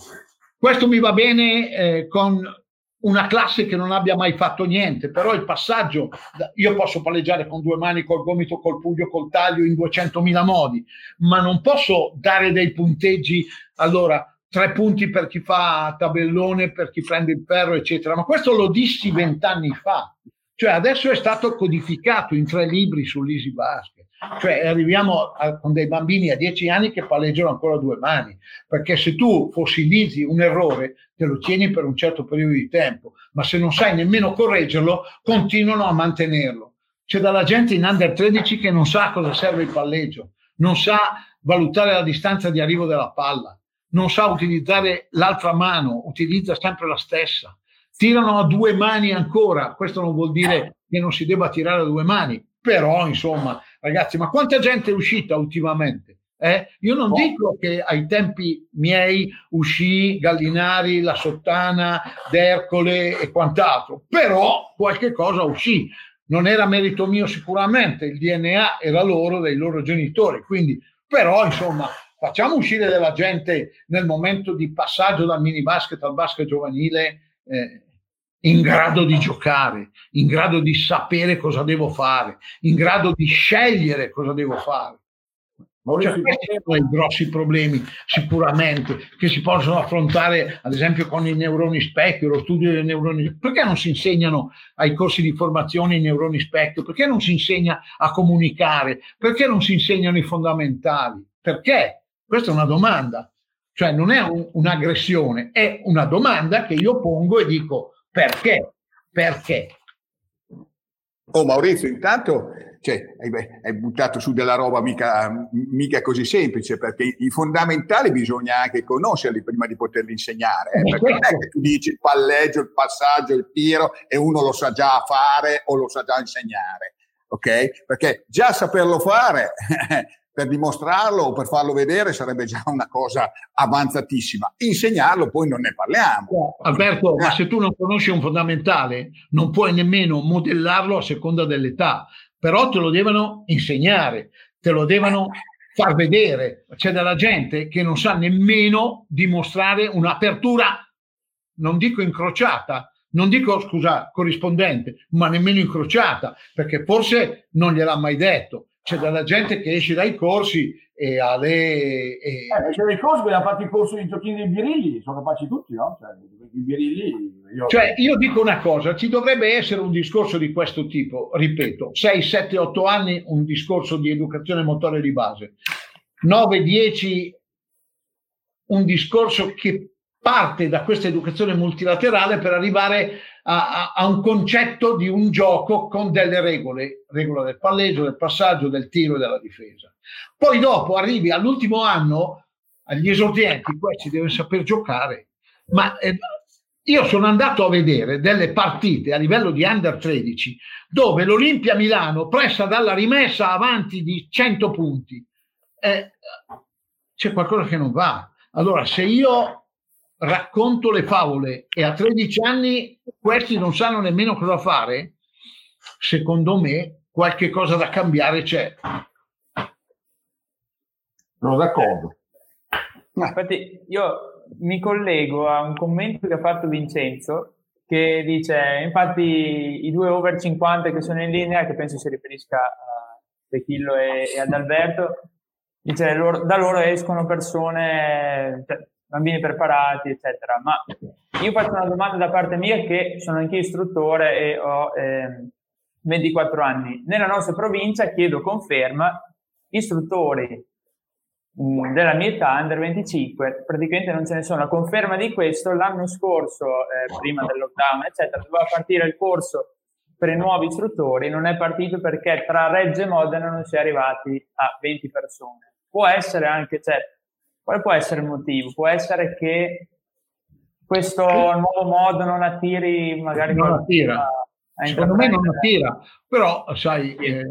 Questo mi va bene eh, con una classe che non abbia mai fatto niente, però il passaggio, io posso palleggiare con due mani, col gomito, col pugno, col taglio, in duecentomila modi, ma non posso dare dei punteggi, allora tre punti per chi fa tabellone, per chi prende il ferro, eccetera. Ma questo lo dissi vent'anni fa, cioè adesso è stato codificato in tre libri sull'easy basket. Cioè arriviamo a, con dei bambini a dieci anni che palleggiano ancora a due mani, perché se tu fossilizzi un errore te lo tieni per un certo periodo di tempo, ma se non sai nemmeno correggerlo continuano a mantenerlo. C'è della gente in under tredici che non sa cosa serve il palleggio, non sa valutare la distanza di arrivo della palla, non sa utilizzare l'altra mano, utilizza sempre la stessa, tirano a due mani ancora. Questo non vuol dire che non si debba tirare a due mani, però insomma ragazzi, ma quanta gente è uscita ultimamente? Eh? Io non dico che ai tempi miei uscì Gallinari, La Sottana, D'Ercole e quant'altro, però qualche cosa uscì. Non era merito mio sicuramente, il D N A era loro, dei loro genitori, quindi però insomma facciamo uscire della gente nel momento di passaggio dal mini basket al basket giovanile eh, in grado di giocare, in grado di sapere cosa devo fare, in grado di scegliere cosa devo fare. Cioè, questi sono i grossi problemi sicuramente che si possono affrontare ad esempio con i neuroni specchio, lo studio dei neuroni. Perché non si insegnano ai corsi di formazione i neuroni specchio? Perché non si insegna a comunicare? Perché non si insegnano i fondamentali? Perché? Questa è una domanda, cioè non è un, un'aggressione, è una domanda che io pongo e dico perché? Perché? Oh Maurizio, intanto cioè, hai, hai buttato su della roba mica, mica così semplice, perché i fondamentali bisogna anche conoscerli prima di poterli insegnare, eh, perché non è che tu dici il palleggio, il passaggio, il tiro e uno lo sa già fare o lo sa già insegnare. ok? Perché già saperlo fare per dimostrarlo o per farlo vedere sarebbe già una cosa avanzatissima. Insegnarlo poi non ne parliamo. Alberto, ma se tu non conosci un fondamentale non puoi nemmeno modellarlo a seconda dell'età, però te lo devono insegnare, te lo devono far vedere. C'è della gente che non sa nemmeno dimostrare un'apertura, non dico incrociata, non dico, scusa, corrispondente, ma nemmeno incrociata, perché forse non gliel'ha mai detto. C'è della gente che esce dai corsi e ha le... E... Eh, esce dai corsi, quelli hanno fatto il corso di giochini dei birilli, sono capaci tutti, no? Cioè, i birilli... Io... Cioè, io dico una cosa, ci dovrebbe essere un discorso di questo tipo, ripeto, sei, sette, otto anni, un discorso di educazione motoria di base, nove, dieci, un discorso che parte da questa educazione multilaterale per arrivare a, a, a un concetto di un gioco con delle regole, regola del palleggio, del passaggio, del tiro e della difesa. Poi dopo arrivi all'ultimo anno, agli esordienti, questi devono saper giocare. Ma eh, io sono andato a vedere delle partite a livello di under tredici dove l'Olimpia Milano pressa dalla rimessa avanti di cento punti. Eh, c'è qualcosa che non va. Allora, se io racconto le favole e a tredici anni questi non sanno nemmeno cosa fare, secondo me qualche cosa da cambiare c'è. Sono d'accordo. Infatti io mi collego a un commento che ha fatto Vincenzo, che dice, infatti i due over cinquanta che sono in linea, che penso si riferisca a Pechillo e, e ad Alberto, dice loro, da loro escono persone, cioè, bambini preparati, eccetera. Ma io faccio una domanda da parte mia, che sono anch'io istruttore e ho eh, ventiquattro anni. Nella nostra provincia, chiedo conferma, istruttori mh, della mia età, under venticinque, praticamente non ce ne sono. A conferma di questo, l'anno scorso, eh, prima del lockdown, eccetera, doveva partire il corso per i nuovi istruttori, non è partito perché tra Reggio e Modena non si è arrivati a venti persone. Può essere anche, cioè, quale può essere il motivo? Può essere che questo nuovo modo non attiri magari non attira. A, a secondo me non attira, però sai eh,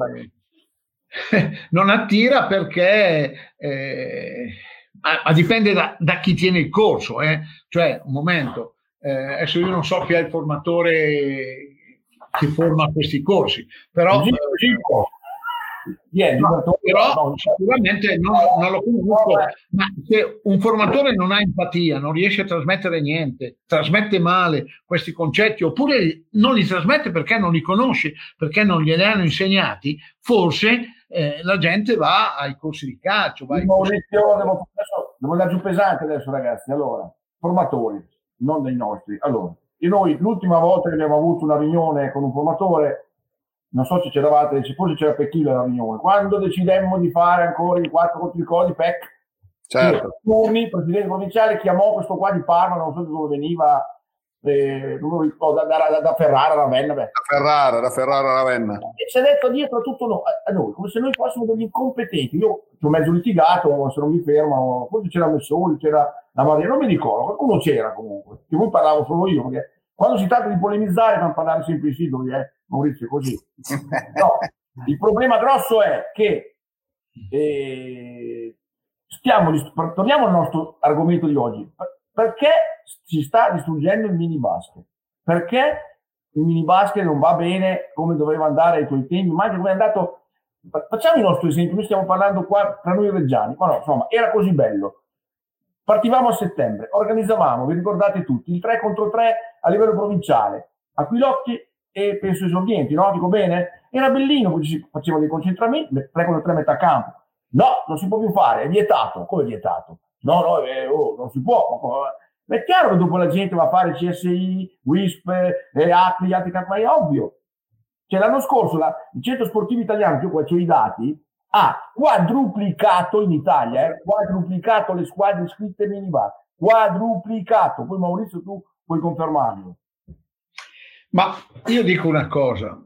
non attira perché eh, ma, ma dipende da, da chi tiene il corso, eh. Cioè un momento, eh, adesso io non so chi è il formatore che forma questi corsi, però eh, Yeah, no, però no, sicuramente non, non lo conosco, ma se un formatore non ha empatia, non riesce a trasmettere niente, trasmette male questi concetti, oppure non li trasmette perché non li conosce, perché non glieli hanno insegnati, forse eh, la gente va ai corsi di calcio. Va ai corsi... Devo, adesso, devo andare giù pesante adesso, ragazzi. Allora, formatori, non dei nostri. Allora, e noi l'ultima volta che abbiamo avuto una riunione con un formatore, non so se c'eravate, forse c'era Pechillo alla riunione, quando decidemmo di fare ancora il quattro contro il Codi, P E C, certo. Turni, il presidente provinciale, chiamò questo qua di Parma, non so dove veniva, eh, oh, da, da, da Ferrara, Ravenna. Beh. Da Ferrara, da Ferrara, Ravenna. E si è detto dietro a tutto no, a noi, come se noi fossimo degli incompetenti. Io ci ho mezzo litigato, se non mi fermo, forse c'era Messoli, c'era la Maria, non mi ricordo, qualcuno c'era comunque, che voi parlavo solo io, perché quando si tratta di polemizzare non parlare sempre i singoli, eh, Maurizio, così. No, il problema grosso è che eh, stiamo, torniamo al nostro argomento di oggi, perché si sta distruggendo il mini basket? Perché il mini basket non va bene come doveva andare ai tuoi tempi, ma anche come è andato. Facciamo il nostro esempio, noi stiamo parlando qua tra noi reggiani, ma no, insomma, era così bello. Partivamo a settembre, organizzavamo, vi ricordate tutti, il tre contro tre a livello provinciale, Aquilocchi e penso esordienti, no? Dico bene? Era bellino, poi si faceva dei concentramenti, tre contro tre metà campo. No, non si può più fare, è vietato. Come è vietato? No, no, eh, oh, non si può. Ma è chiaro che dopo la gente va a fare C S I, W I S P, eh, altri, altri campi, ma è ovvio. Cioè l'anno scorso la, il centro sportivo italiano, che io qua c'ho i dati, ha quadruplicato in Italia, eh, quadruplicato le squadre iscritte mini basket, quadruplicato. Poi Maurizio tu puoi confermarlo. Ma io dico una cosa,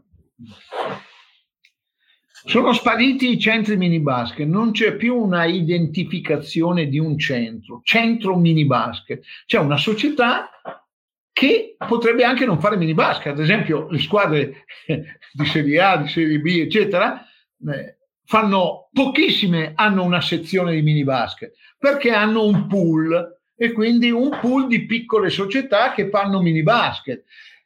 sono spariti i centri mini basket, non c'è più una identificazione di un centro, centro mini basket, c'è una società che potrebbe anche non fare mini basket. Ad esempio, le squadre di Serie A, di Serie B, eccetera, eh, fanno pochissime, hanno una sezione di mini basket, perché hanno un pool, e quindi un pool di piccole società che fanno mini basket.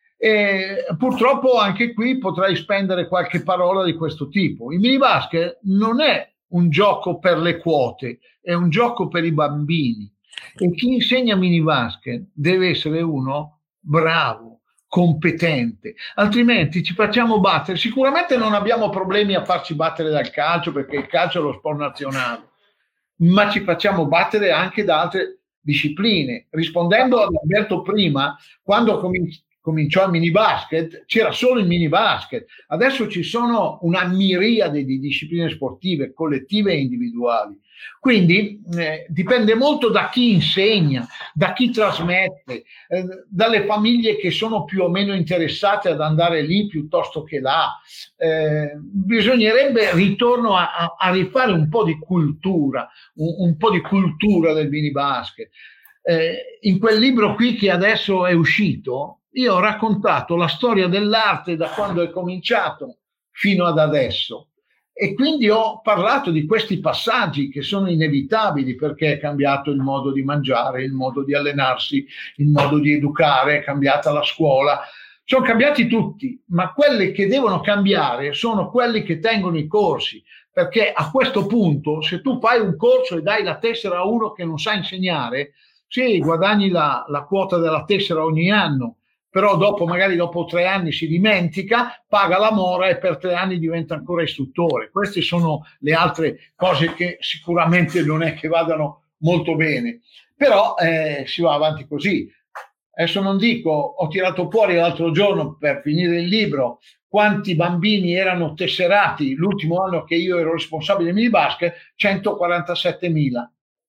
E purtroppo anche qui potrei spendere qualche parola di questo tipo. Il mini basket non è un gioco per le quote, è un gioco per i bambini, e chi insegna mini basket deve essere uno bravo, competente, altrimenti ci facciamo battere. Sicuramente non abbiamo problemi a farci battere dal calcio, perché il calcio è lo sport nazionale, ma ci facciamo battere anche da altre discipline. Rispondendo ad Alberto prima, quando cominci cominciò il mini basket, c'era solo il mini basket. Adesso ci sono una miriade di discipline sportive, collettive e individuali. Quindi eh, dipende molto da chi insegna, da chi trasmette, eh, dalle famiglie che sono più o meno interessate ad andare lì piuttosto che là. Eh, bisognerebbe, ritorno a, a, a rifare un po' di cultura, un, un po' di cultura del mini basket. Eh, in quel libro qui che adesso è uscito, io ho raccontato la storia dell'arte da quando è cominciato fino ad adesso, e quindi ho parlato di questi passaggi che sono inevitabili, perché è cambiato il modo di mangiare, il modo di allenarsi, il modo di educare, è cambiata la scuola, sono cambiati tutti, ma quelli che devono cambiare sono quelli che tengono i corsi, perché a questo punto, se tu fai un corso e dai la tessera a uno che non sa insegnare, sì, guadagni la, la quota della tessera ogni anno, però dopo, magari dopo tre anni si dimentica, paga la mora e per tre anni diventa ancora istruttore. Queste sono le altre cose che sicuramente non è che vadano molto bene, però eh, si va avanti così. Adesso non dico, ho tirato fuori l'altro giorno per finire il libro quanti bambini erano tesserati l'ultimo anno che io ero responsabile del mini basket, centoquarantasettemila.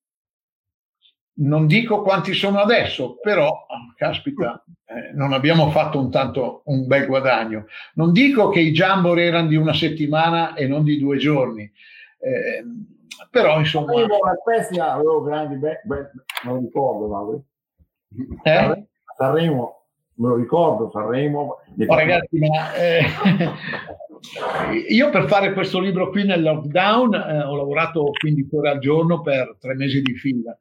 Non dico quanti sono adesso, però, caspita, eh, non abbiamo fatto un tanto un bel guadagno. Non dico che i Jamboree erano di una settimana e non di due giorni, eh, però insomma... Avevo una Spezia, avevo grandi, beh, beh, non lo ricordo, Mauro. Eh? Sanremo, me lo ricordo, Sanremo. Oh, ragazzi, ma, eh, io per fare questo libro qui nel lockdown eh, ho lavorato quindici ore al giorno per tre mesi di fila.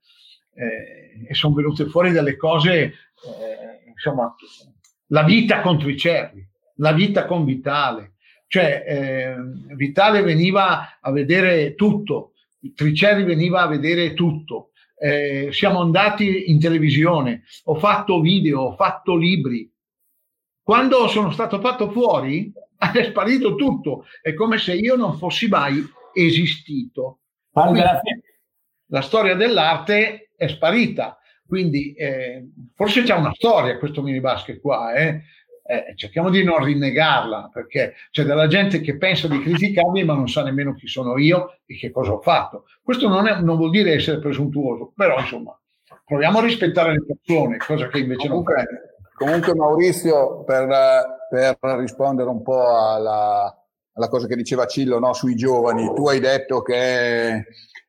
Eh, e sono venute fuori delle cose, eh, insomma, la vita con Tricerri, la vita con Vitale, cioè eh, Vitale veniva a vedere tutto, Tricerri veniva a vedere tutto, eh, siamo andati in televisione, ho fatto video, ho fatto libri. Quando sono stato fatto fuori è sparito tutto, è come se io non fossi mai esistito. Quindi, la storia dell'arte è sparita, quindi eh, forse c'è una storia questo mini basket qua, eh? Eh, cerchiamo di non rinnegarla, perché c'è della gente che pensa di criticarmi ma non sa nemmeno chi sono io e che cosa ho fatto. Questo non, è, non vuol dire essere presuntuoso, però insomma proviamo a rispettare le persone, cosa che invece comunque, non fai. Comunque Maurizio, per, per rispondere un po' alla, alla cosa che diceva Cillo, no, sui giovani, tu hai detto che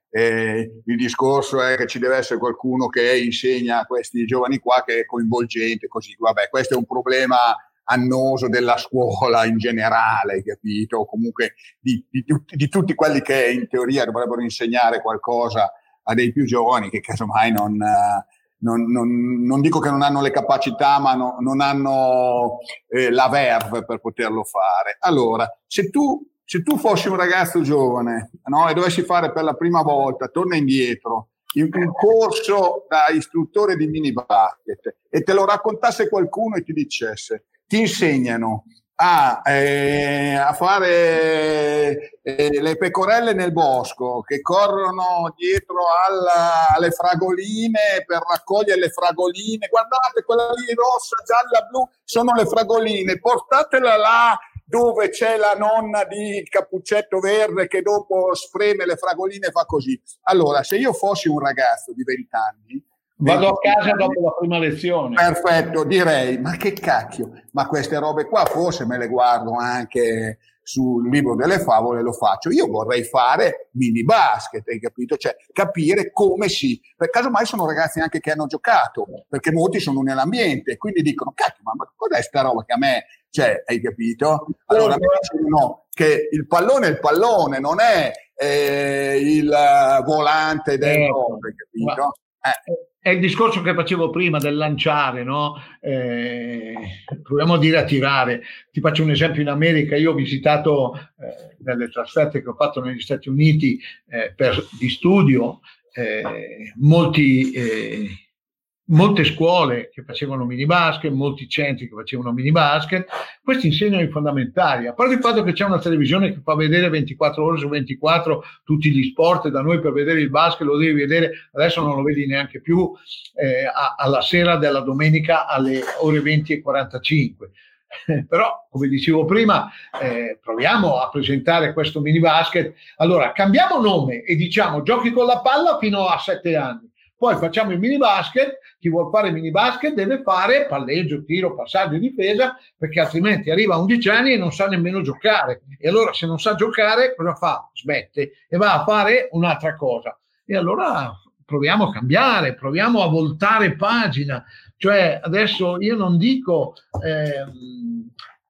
Eh, il discorso è che ci deve essere qualcuno che insegna a questi giovani qua, che è coinvolgente, così. Vabbè, questo è un problema annoso della scuola in generale, capito? O comunque di, di, di tutti quelli che in teoria dovrebbero insegnare qualcosa a dei più giovani, che casomai non, non, non, non dico che non hanno le capacità, ma no, non hanno eh, la verve per poterlo fare. Allora, se tu Se tu fossi un ragazzo giovane, no, e dovessi fare per la prima volta, torna indietro, in un corso da istruttore di mini basket, e te lo raccontasse qualcuno e ti dicesse, ti insegnano a, eh, a fare eh, le pecorelle nel bosco, che corrono dietro alla, alle fragoline per raccogliere le fragoline, guardate quella lì rossa, gialla, blu, sono le fragoline, portatela là dove c'è la nonna di cappuccetto verde che dopo spreme le fragoline e fa così. Allora, se io fossi un ragazzo di venti anni... Vado a casa dopo la prima lezione. Perfetto, direi, ma che cacchio, ma queste robe qua forse me le guardo anche sul libro delle favole lo faccio. Io vorrei fare mini basket, hai capito? Cioè capire come si, per caso mai sono ragazzi anche che hanno giocato, perché molti sono nell'ambiente, quindi dicono cacchio, ma cos'è sta roba che a me, cioè, hai capito? Allora mi dicono che il pallone è il pallone, non è eh, il volante del eh, mondo, hai capito? Eh. È il discorso che facevo prima del lanciare, no? Eh, proviamo a dire a tirare. Ti faccio un esempio: in America io ho visitato eh, nelle trasferte che ho fatto negli Stati Uniti eh, per, di studio eh, molti, eh, molte scuole che facevano mini basket, molti centri che facevano mini basket. Questi insegnano i fondamentali, a parte il fatto che c'è una televisione che fa vedere ventiquattro ore su ventiquattro tutti gli sport. Da noi per vedere il basket lo devi vedere, adesso non lo vedi neanche più, eh, a, alla sera della domenica alle ore venti e quarantacinque. Però, come dicevo prima, eh, proviamo a presentare questo mini basket. Allora cambiamo nome e diciamo giochi con la palla fino a sette anni. Poi facciamo il mini basket. Chi vuol fare mini basket deve fare palleggio, tiro, passaggio e difesa, perché altrimenti arriva a undici anni e non sa nemmeno giocare. E allora se non sa giocare cosa fa? Smette e va a fare un'altra cosa. E allora proviamo a cambiare, proviamo a voltare pagina. Cioè adesso io non dico ehm,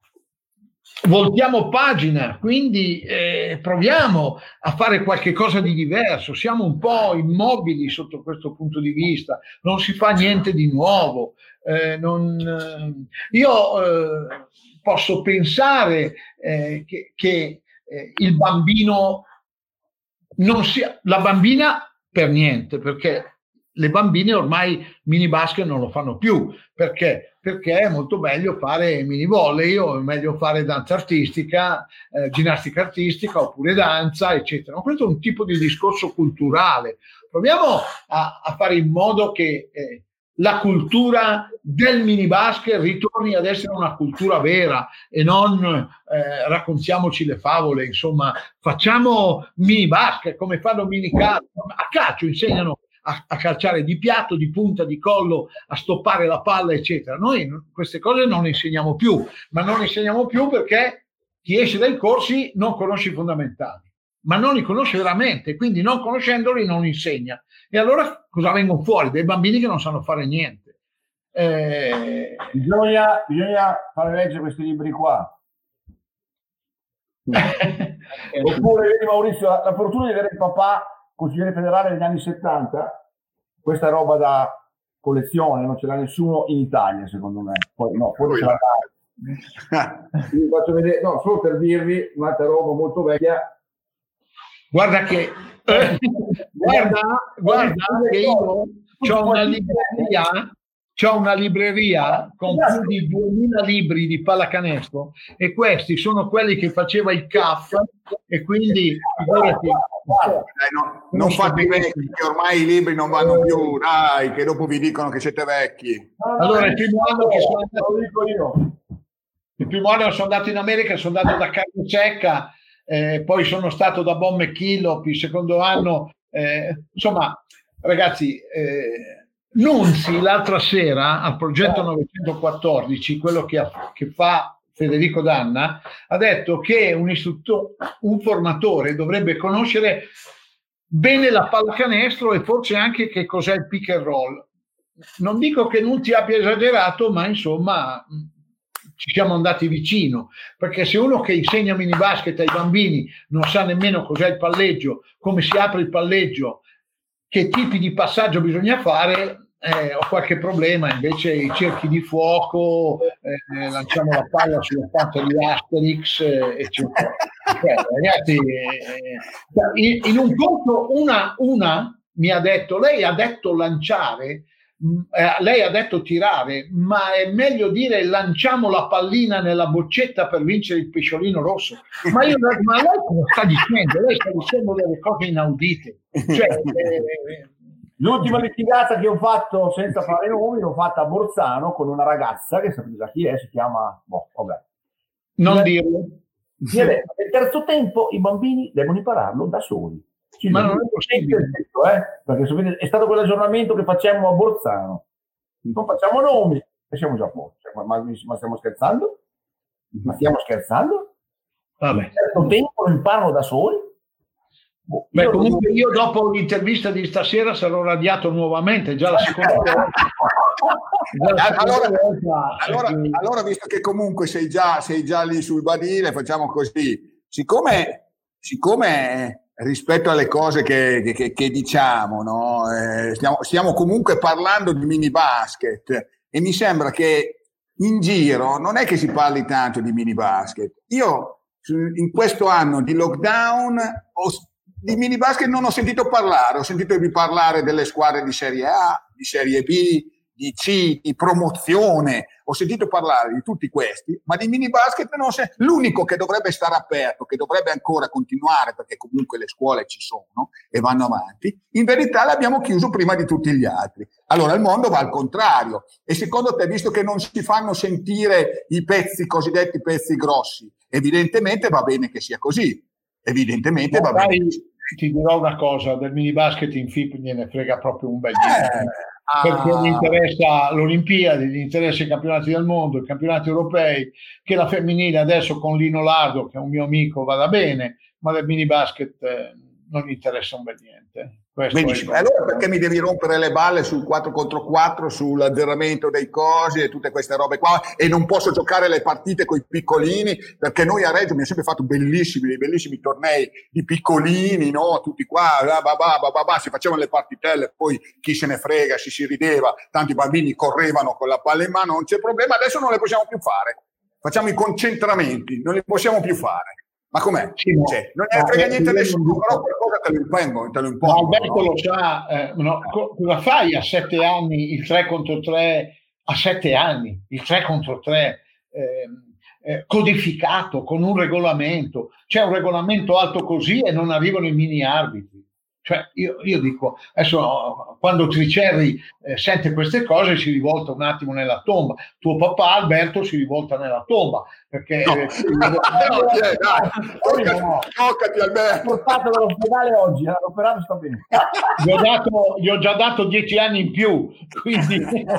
voltiamo pagina, quindi eh, proviamo a fare qualche cosa di diverso. Siamo un po' immobili sotto questo punto di vista, non si fa niente di nuovo. Eh, non, eh, io eh, posso pensare eh, che, che eh, il bambino non sia la bambina per niente, perché le bambine ormai mini basket non lo fanno più. Perché? Perché è molto meglio fare mini volley, o è meglio fare danza artistica, eh, ginnastica artistica, oppure danza, eccetera. Ma questo è un tipo di discorso culturale. Proviamo a, a fare in modo che eh, la cultura del mini basket ritorni ad essere una cultura vera e non eh, raccontiamoci le favole. Insomma, facciamo mini basket come fanno mini calcio. A calcio insegnano A, a calciare di piatto, di punta, di collo, a stoppare la palla, eccetera. Noi queste cose non le insegniamo più, ma non le insegniamo più perché chi esce dai corsi non conosce i fondamentali, ma non li conosce veramente, quindi non conoscendoli non insegna. E allora cosa vengono fuori? Dei bambini che non sanno fare niente. Eh... Bisogna, bisogna fare leggere questi libri qua. Oppure, vedi Maurizio, la, la fortuna di avere il papà consigliere federale negli anni settanta, questa è roba da collezione, non ce l'ha nessuno in Italia, secondo me. Poi no, poi ce l'ha. Vi faccio vedere, no, solo per dirvi un'altra roba molto vecchia. Guarda che eh, guarda, guarda che io ho una libreria, c'ho una libreria con più di duemila libri di pallacanestro, e questi sono quelli che faceva il C A F, e quindi figurati. Dai, no, non fate vecchi, che ormai i libri non vanno più, dai, che dopo vi dicono che siete vecchi. Allora il primo anno che sono andato, dico io. Il primo anno sono andato in America, sono andato da Carlo Cecca, eh, poi sono stato da Bob McKillop, il secondo anno, eh, insomma, ragazzi, eh, Nunzi l'altra sera al progetto novecentoquattordici, quello che, ha, che fa Federico Danna, ha detto che un istruttore, un formatore dovrebbe conoscere bene la pallacanestro e forse anche che cos'è il pick and roll. Non dico che Nunzi abbia esagerato, ma insomma ci siamo andati vicino, perché se uno che insegna mini basket ai bambini non sa nemmeno cos'è il palleggio, come si apre il palleggio, che tipi di passaggio bisogna fare, eh, ho qualche problema. Invece i cerchi di fuoco, eh, lanciamo la palla sulla faccia di Asterix, eh, eccetera. Cioè, ragazzi, eh, in, in un conto una, una mi ha detto, lei ha detto lanciare, mh, eh, lei ha detto tirare, ma è meglio dire lanciamo la pallina nella boccetta per vincere il pesciolino rosso. Ma, io, ma lei cosa sta dicendo? Lei sta dicendo delle cose inaudite. Cioè, eh, l'ultima litigata che ho fatto senza fare nomi l'ho fatta a Borzano con una ragazza che sapete già chi è, si chiama, boh, vabbè. Non dirlo. Nel terzo tempo i bambini devono impararlo da soli. Ci ma non è possibile, detto, eh? Perché sapete, è stato quell'aggiornamento che facciamo a Borzano. Non facciamo nomi e siamo già a posto. Ma, ma, ma stiamo scherzando? Ma stiamo scherzando? Vabbè. Un certo tempo lo imparano da soli. Beh, comunque io dopo l'intervista di stasera sarò radiato nuovamente, già la seconda volta. Allora, allora, allora, visto che comunque sei già, sei già lì sul badile, facciamo così. Siccome, siccome rispetto alle cose che, che, che diciamo, no? eh, stiamo, stiamo comunque parlando di mini basket e mi sembra che in giro non è che si parli tanto di mini basket. Io in questo anno di lockdown ho di mini basket non ho sentito parlare, ho sentito di parlare delle squadre di Serie A, di Serie B, di C, di promozione, ho sentito parlare di tutti questi, ma di mini basket non se... l'unico che dovrebbe stare aperto, che dovrebbe ancora continuare, perché comunque le scuole ci sono e vanno avanti, in verità l'abbiamo chiuso prima di tutti gli altri. Allora il mondo va al contrario. E secondo te, visto che non si fanno sentire i pezzi, cosiddetti pezzi grossi, evidentemente va bene che sia così. Evidentemente ma va dai, bene. Ti dirò una cosa, del mini basket in F I P gliene frega proprio un bel eh, perché ah. gli interessa l'Olimpiadi, gli interessa i campionati del mondo, i campionati europei, che la femminile adesso con Lino Lardo, che è un mio amico, vada bene, ma del mini basket eh, non gli interessa un bel niente. Benissimo. Allora perché mi devi rompere le balle sul quattro contro quattro, sull'azzeramento dei cosi e tutte queste robe qua, e non posso giocare le partite con i piccolini, perché noi a Reggio abbiamo sempre fatto bellissimi, dei bellissimi tornei di piccolini, no? Tutti qua, bah, bah, bah, bah, bah, si facevano le partitelle, poi chi se ne frega, si si rideva, tanti bambini correvano con la palla in mano, non c'è problema, adesso non le possiamo più fare. Facciamo i concentramenti, non li possiamo più fare. Ma com'è? Sì, no. Cioè, non ne frega niente a nessuno, però qualcosa te lo impongo, te lo impongo. Ma Alberto no? lo sa, eh, no, cosa fai a sette anni il tre contro tre, a sette anni, il tre contro tre, eh, eh, codificato con un regolamento, c'è un regolamento alto così e non arrivano i mini arbitri. Cioè io, io dico, adesso quando Tricerri eh, sente queste cose si rivolta un attimo nella tomba, tuo papà Alberto si rivolta nella tomba, perché no, eh, no, dai, toccati, no. toccati Alberto, portato dall'ospedale oggi, l'hanno operato, sta bene. Gli ho, dato, gli ho già dato dieci anni in più, quindi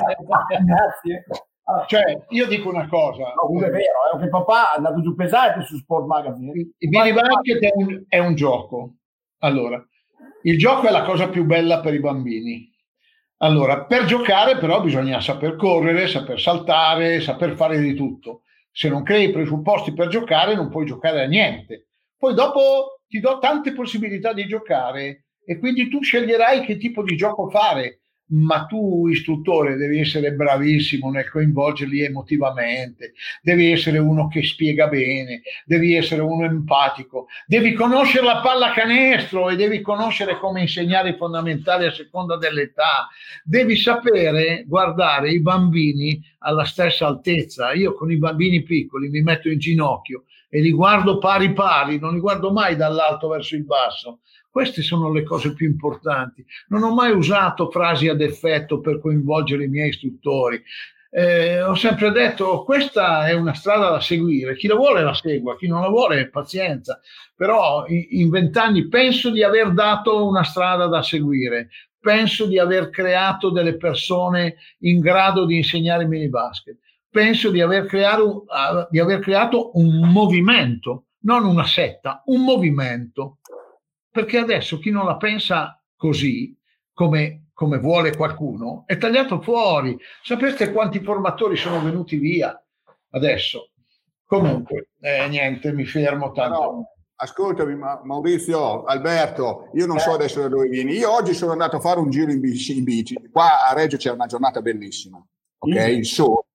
grazie. Allora, cioè io dico una cosa, no, è vero, è che papà è andato giù pesante su Sport Magazine. Il mini basket è un, è un gioco. Allora, il gioco è la cosa più bella per i bambini. Allora, per giocare però bisogna saper correre, saper saltare, saper fare di tutto. Se non crei i presupposti per giocare non puoi giocare a niente. Poi dopo ti do tante possibilità di giocare e quindi tu sceglierai che tipo di gioco fare. Ma tu, istruttore, devi essere bravissimo nel coinvolgerli emotivamente, devi essere uno che spiega bene, devi essere uno empatico, devi conoscere la pallacanestro e devi conoscere come insegnare i fondamentali a seconda dell'età, devi sapere guardare i bambini alla stessa altezza. Io con i bambini piccoli mi metto in ginocchio e li guardo pari pari, non li guardo mai dall'alto verso il basso. Queste sono le cose più importanti. Non ho mai usato frasi ad effetto per coinvolgere i miei istruttori. Eh, ho sempre detto questa è una strada da seguire. Chi la vuole la segua, chi non la vuole pazienza. Però in vent'anni penso di aver dato una strada da seguire. Penso di aver creato delle persone in grado di insegnare mini basket. Penso di aver creato, di aver creato un movimento, non una setta, un movimento. Perché adesso chi non la pensa così, come, come vuole qualcuno, è tagliato fuori. Sapete quanti formatori sono venuti via adesso? Comunque, eh, niente, mi fermo tanto. No, ascoltami Maurizio, Alberto, io non so adesso da dove vieni. Io oggi sono andato a fare un giro in bici. In bici. Qua a Reggio c'è una giornata bellissima, ok? Il sole.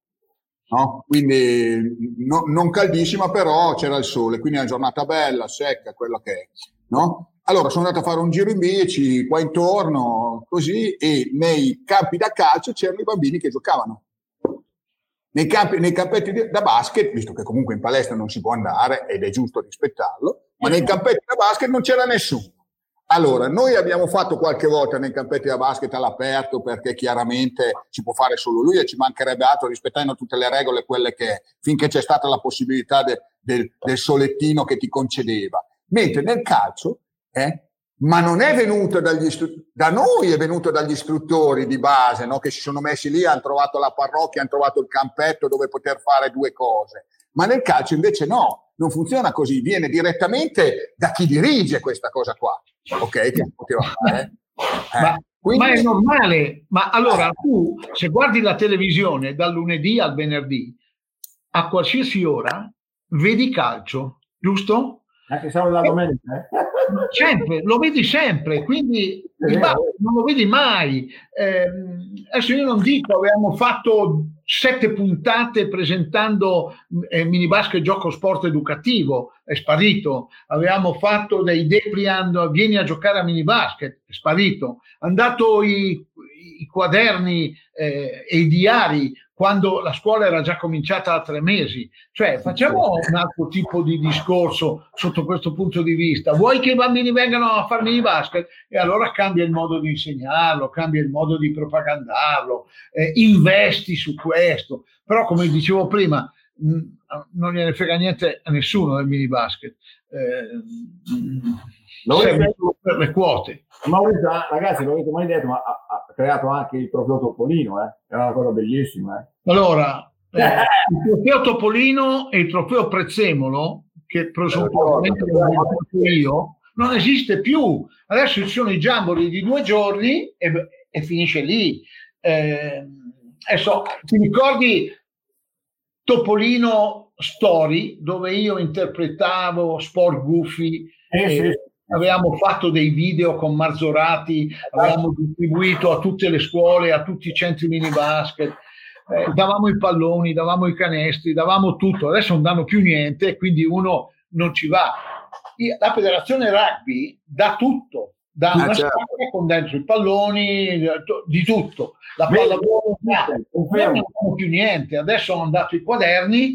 No? Quindi no, non caldissima, però c'era il sole, quindi è una giornata bella, secca, quello che è, no? Allora sono andato a fare un giro in bici qua intorno, così, e nei campi da calcio c'erano i bambini che giocavano. Nei, campi, nei campetti da basket, visto che comunque in palestra non si può andare ed è giusto rispettarlo, ma nei campetti da basket non c'era nessuno. Allora, noi abbiamo fatto qualche volta nei campetti da basket all'aperto, perché chiaramente si può fare solo lui e ci mancherebbe altro, rispettando tutte le regole, quelle che finché c'è stata la possibilità de, del, del solettino che ti concedeva. Mentre nel calcio eh, ma non è venuto dagli istru- da noi, è venuto dagli istruttori di base, no? Che si sono messi lì, hanno trovato la parrocchia, hanno trovato il campetto dove poter fare due cose. Ma nel calcio invece no, non funziona così, viene direttamente da chi dirige questa cosa qua, ok? Che poteva fare. Eh, ma, quindi... ma è normale, ma allora tu se guardi la televisione dal lunedì al venerdì, a qualsiasi ora, vedi calcio, giusto? Anche se non la domenica, eh? Sempre, lo vedi sempre, quindi il basket non lo vedi mai. Eh, adesso io non dico, avevamo fatto sette puntate presentando eh, mini basket gioco sport educativo, è sparito. Avevamo fatto dei Deplian, vieni a giocare a mini basket, è sparito. Hanno dato i, i quaderni eh, e i diari quando la scuola era già cominciata da tre mesi. Cioè, facciamo un altro tipo di discorso sotto questo punto di vista. Vuoi che i bambini vengano a fare mini basket? E allora cambia il modo di insegnarlo, cambia il modo di propagandarlo, eh, investi su questo. Però, come dicevo prima, mh, non gliene frega niente a nessuno del mini basket. Eh, serve solo per le quote. Maurizio, ragazzi, non avete mai detto, ma ha, ha creato anche il trofeo Topolino, eh? È una cosa bellissima. Eh? Allora, eh, il trofeo Topolino e il trofeo Prezzemolo, che presuppostamente l'ho fatto io, non esiste più. Adesso ci sono i jamboree di due giorni e, e finisce lì. Eh, adesso, ti ricordi Topolino Story, dove io interpretavo Sport Goofy? Eh, sì. Avevamo fatto dei video con Marzorati, avevamo distribuito a tutte le scuole, a tutti i centri mini basket, eh, davamo i palloni, davamo i canestri, davamo tutto. Adesso non danno più niente, quindi uno non ci va. La federazione rugby dà tutto, dà una scatola con dentro i palloni, di tutto. La pallavolo non danno più niente. Adesso hanno dato i quaderni,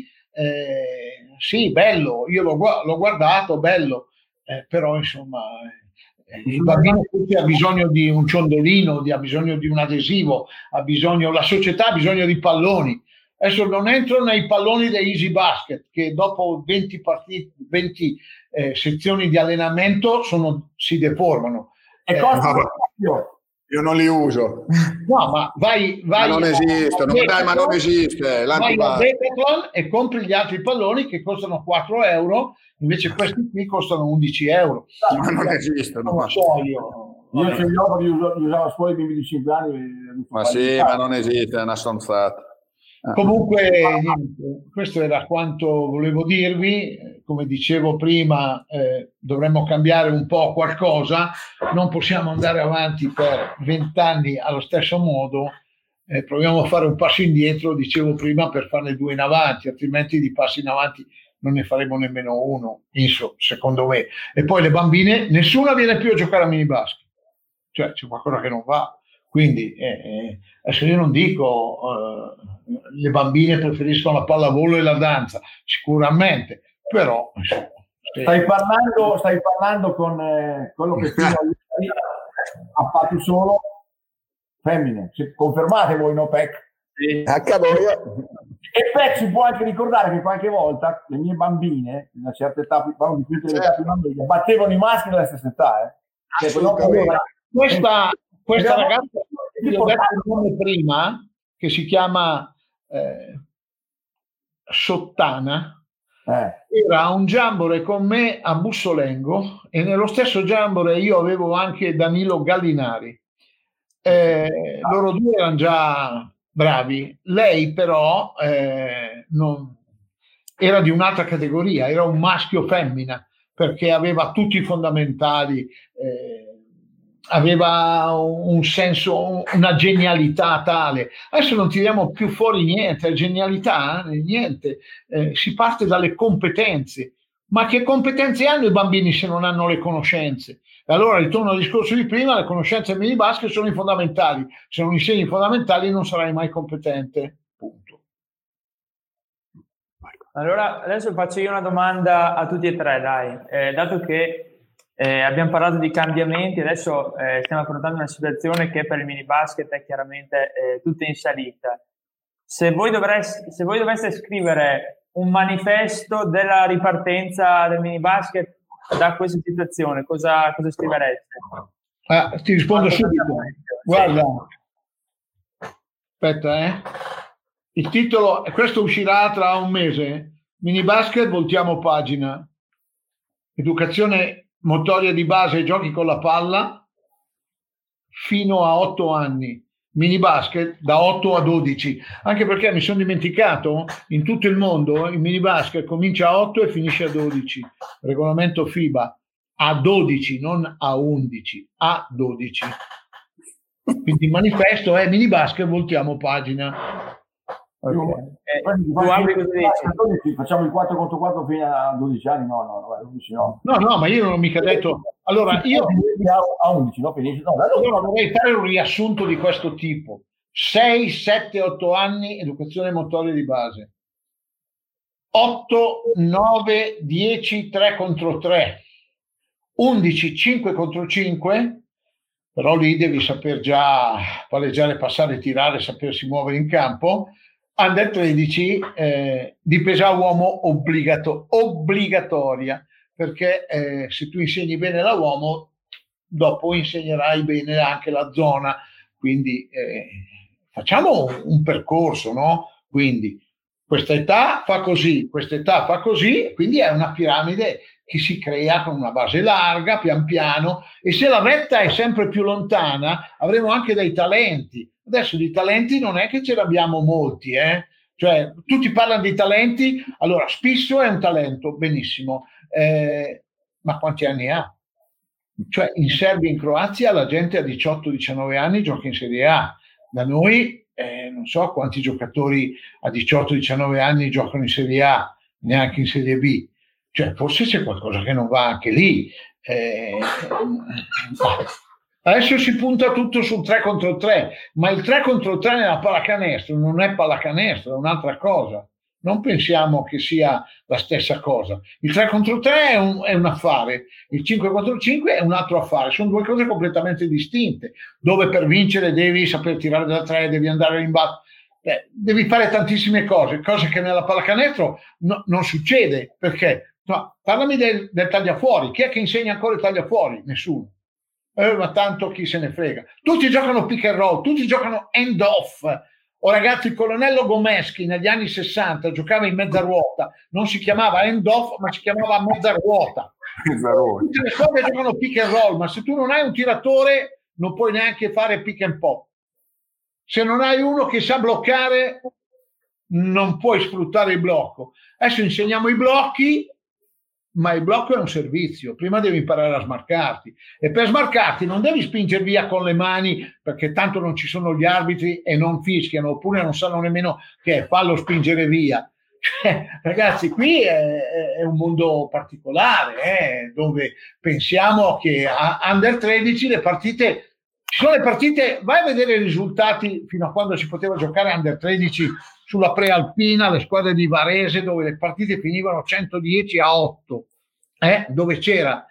eh, sì, bello, io l'ho, l'ho guardato, bello. Eh, però insomma eh, il bambino ha bisogno di un ciondolino, di, ha bisogno di un adesivo, ha bisogno, la società ha bisogno di palloni. Adesso non entro nei palloni dei Easy Basket che dopo venti partite, venti eh, sezioni di allenamento sono, si deformano. E eh, cosa io, io non li uso. No, ma vai, vai ma non esistono, a, dai, ma non esiste. Vai a Decathlon e compri gli altri palloni che costano quattro euro. Invece questi qui costano undici euro. Ma non esistono. Non lo so io. Io ce li ho perché usavo a scuola i bimbi di cinque anni. Ma sì, ma non esiste, è una stronzata. Comunque, niente, questo era quanto volevo dirvi. Come dicevo prima, eh, dovremmo cambiare un po' qualcosa. Non possiamo andare avanti per vent'anni allo stesso modo. Eh, proviamo a fare un passo indietro, dicevo prima, per farne due in avanti, altrimenti di passi in avanti non ne faremo nemmeno uno, inso, secondo me. E poi le bambine, nessuna viene più a giocare a mini basket, cioè c'è qualcosa che non va. Quindi eh, eh, adesso io non dico eh, le bambine preferiscono la pallavolo e la danza, sicuramente, però insomma, sì. stai parlando stai parlando con eh, quello che fino a ieri ha fatto solo femmine. Confermate voi, no, Pec? Sì. H voi. E Pec si può anche ricordare che qualche volta le mie bambine, in una certa età, parlo di tutte le età più bambine, battevano i maschi nella stessa età. Eh. Cioè, allora, questa, questa ragazza, vi ho detto il nome prima, che si chiama eh, Sottana, eh. era a un jamboree con me a Bussolengo e nello stesso jamboree io avevo anche Danilo Gallinari. Eh, loro due erano già bravi, lei però eh, non, era di un'altra categoria, era un maschio femmina perché aveva tutti i fondamentali, eh, aveva un senso, una genialità tale. Adesso non tiriamo più fuori niente, genialità, niente, eh, si parte dalle competenze. Ma che competenze hanno i bambini se non hanno le conoscenze? E allora ritorno al discorso di prima, le conoscenze del mini basket sono i fondamentali. Se non insegni i fondamentali non sarai mai competente. Punto. Allora adesso faccio io una domanda a tutti e tre, dai. Eh, dato che eh, abbiamo parlato di cambiamenti, adesso eh, stiamo affrontando una situazione che per il mini basket è chiaramente eh, tutta in salita. Se voi, dovreste, se voi doveste scrivere un manifesto della ripartenza del mini basket, da questa situazione, cosa, cosa scrivereste? Ah, ti rispondo subito. Guarda, aspetta, eh. Il titolo, questo uscirà tra un mese. Mini basket, voltiamo pagina. Educazione motoria di base e giochi con la palla fino a otto anni. Mini basket da otto a dodici, anche perché mi sono dimenticato, in tutto il mondo il mini basket comincia a otto e finisce a dodici, regolamento FIBA, a dodici, non a undici, a dodici. Quindi il manifesto è mini basket, voltiamo pagina. Okay. Eh, dodici, facciamo il quattro contro quattro fino a dodici anni? No, no, no, dodici no. No, no, ma io non ho mica detto. Allora, io a undici, no? Finisce, no, allora vorrei fare un riassunto di questo tipo: sei, sette, otto anni, educazione motoria di base, otto, nove, dieci, tre contro tre, undici, cinque contro cinque, però lì devi saper già palleggiare, passare, tirare, sapersi muovere in campo. Under tredici, eh, difesa uomo obbligato, obbligatoria, perché eh, se tu insegni bene la uomo, dopo insegnerai bene anche la zona. Quindi eh, facciamo un, un percorso, no? Quindi questa età fa così, questa età fa così, quindi è una piramide che si crea con una base larga, pian piano, e se la vetta è sempre più lontana avremo anche dei talenti. Adesso di talenti non è che ce ne abbiamo molti, eh? Cioè tutti parlano di talenti, allora Spisso è un talento, benissimo, eh, ma quanti anni ha? Cioè in Serbia e in Croazia la gente a diciotto diciannove anni gioca in Serie A, da noi eh, non so quanti giocatori a diciotto diciannove anni giocano in Serie A, neanche in Serie B, cioè forse c'è qualcosa che non va anche lì. Eh, Adesso si punta tutto sul tre contro tre, ma il tre contro tre nella pallacanestro non è pallacanestro, è un'altra cosa. Non pensiamo che sia la stessa cosa. Il tre contro tre è un, è un affare, il cinque contro cinque è un altro affare, sono due cose completamente distinte, dove per vincere devi saper tirare da tre, devi andare in basso, eh, devi fare tantissime cose, cose che nella pallacanestro no, non succede, perché no, parlami del, del tagliafuori, chi è che insegna ancora il tagliafuori? Nessuno. Eh, ma tanto chi se ne frega. Tutti giocano pick and roll, tutti giocano end off. O ragazzi, il colonnello Gomeschi negli anni sessanta giocava in mezza ruota, non si chiamava end off, ma si chiamava mezza ruota. Tutte le squadre giocano pick and roll, ma se tu non hai un tiratore non puoi neanche fare pick and pop. Se non hai uno che sa bloccare non puoi sfruttare il blocco. Adesso insegniamo i blocchi, ma il blocco è un servizio, prima devi imparare a smarcarti, e per smarcarti non devi spingere via con le mani, perché tanto non ci sono gli arbitri e non fischiano, oppure non sanno nemmeno che è fallo spingere via. Cioè, ragazzi, qui è, è un mondo particolare, eh, dove pensiamo che a under tredici le partite, ci sono le partite, vai a vedere i risultati fino a quando si poteva giocare under tredici sulla prealpina, le squadre di Varese, dove le partite finivano centodieci a otto, eh, dove c'era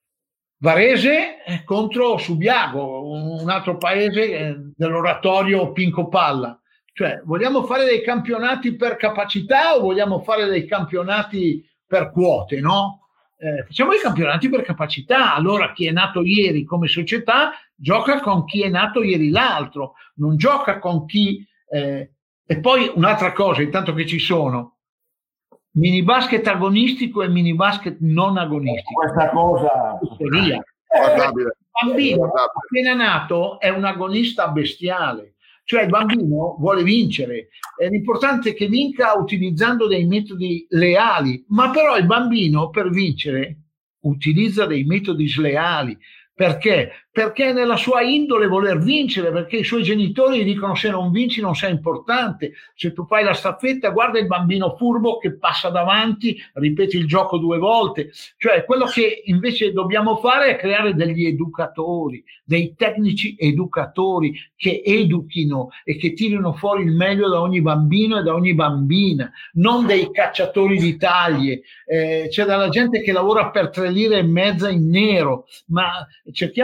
Varese contro Subiago, un altro paese eh, dell'oratorio Pinco Palla. Cioè, vogliamo fare dei campionati per capacità o vogliamo fare dei campionati per quote, no? Eh, facciamo i campionati per capacità. Allora chi è nato ieri come società gioca con chi è nato ieri l'altro, non gioca con chi... Eh, e poi un'altra cosa, intanto che ci sono, mini basket agonistico e mini basket non agonistico. Questa cosa... Eh, il bambino appena nato è un agonista bestiale. Cioè il bambino vuole vincere, è l'importante che vinca utilizzando dei metodi leali, ma però il bambino per vincere utilizza dei metodi sleali. Perché? Perché è nella sua indole voler vincere, perché i suoi genitori gli dicono se non vinci non sei importante, se tu fai la staffetta guarda il bambino furbo che passa davanti, ripeti il gioco due volte. Cioè quello che invece dobbiamo fare è creare degli educatori, dei tecnici educatori che educhino e che tirino fuori il meglio da ogni bambino e da ogni bambina, non dei cacciatori di taglie. Eh, c'è della gente che lavora per tre lire e mezza in nero, ma cerchiamo di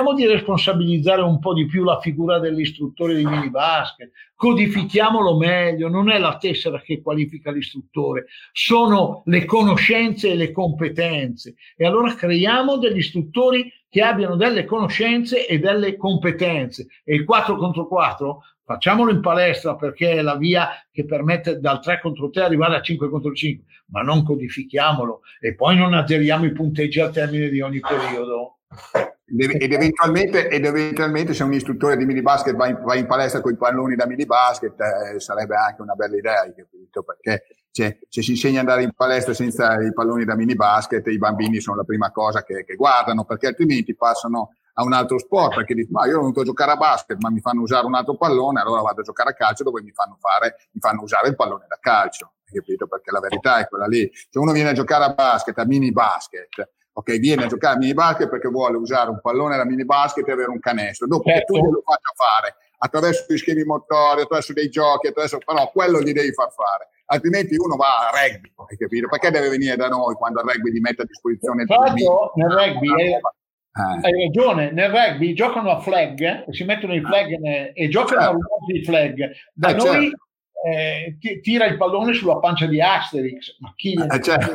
responsabilizzare un po' di più la figura dell'istruttore di mini basket, codifichiamolo meglio, non è la tessera che qualifica l'istruttore, sono le conoscenze e le competenze, e allora creiamo degli istruttori che abbiano delle conoscenze e delle competenze. E il quattro contro quattro facciamolo in palestra, perché è la via che permette dal tre contro tre arrivare a cinque contro cinque, ma non codifichiamolo e poi non azzeriamo i punteggi al termine di ogni periodo. Ed eventualmente, ed eventualmente se un istruttore di mini basket va in, va in palestra con i palloni da mini basket, eh, sarebbe anche una bella idea, hai capito? Perché cioè, se si insegna ad andare in palestra senza i palloni da mini basket, i bambini sono la prima cosa che, che guardano, perché altrimenti passano a un altro sport, perché dicono ma io ho venuto a giocare a basket ma mi fanno usare un altro pallone, allora vado a giocare a calcio dove mi fanno fare mi fanno usare il pallone da calcio, hai capito? Perché la verità è quella lì. Se uno viene a giocare a basket, a mini basket, ok, viene a giocare a mini basket perché vuole usare un pallone da mini basket e avere un canestro, dopo certo. Che tu glielo faccia fare attraverso gli schemi motori, attraverso dei giochi, attraverso, però quello gli devi far fare, altrimenti uno va a rugby, hai capito? Perché deve venire da noi quando il rugby gli mette a disposizione il Fatto, nel rugby è... Eh. Hai ragione, nel rugby giocano a flag, eh, si mettono i flag ne, e giocano certo. a di flag. Da eh, noi certo. eh, t- tira il pallone sulla pancia di Asterix, ma chi eh, certo.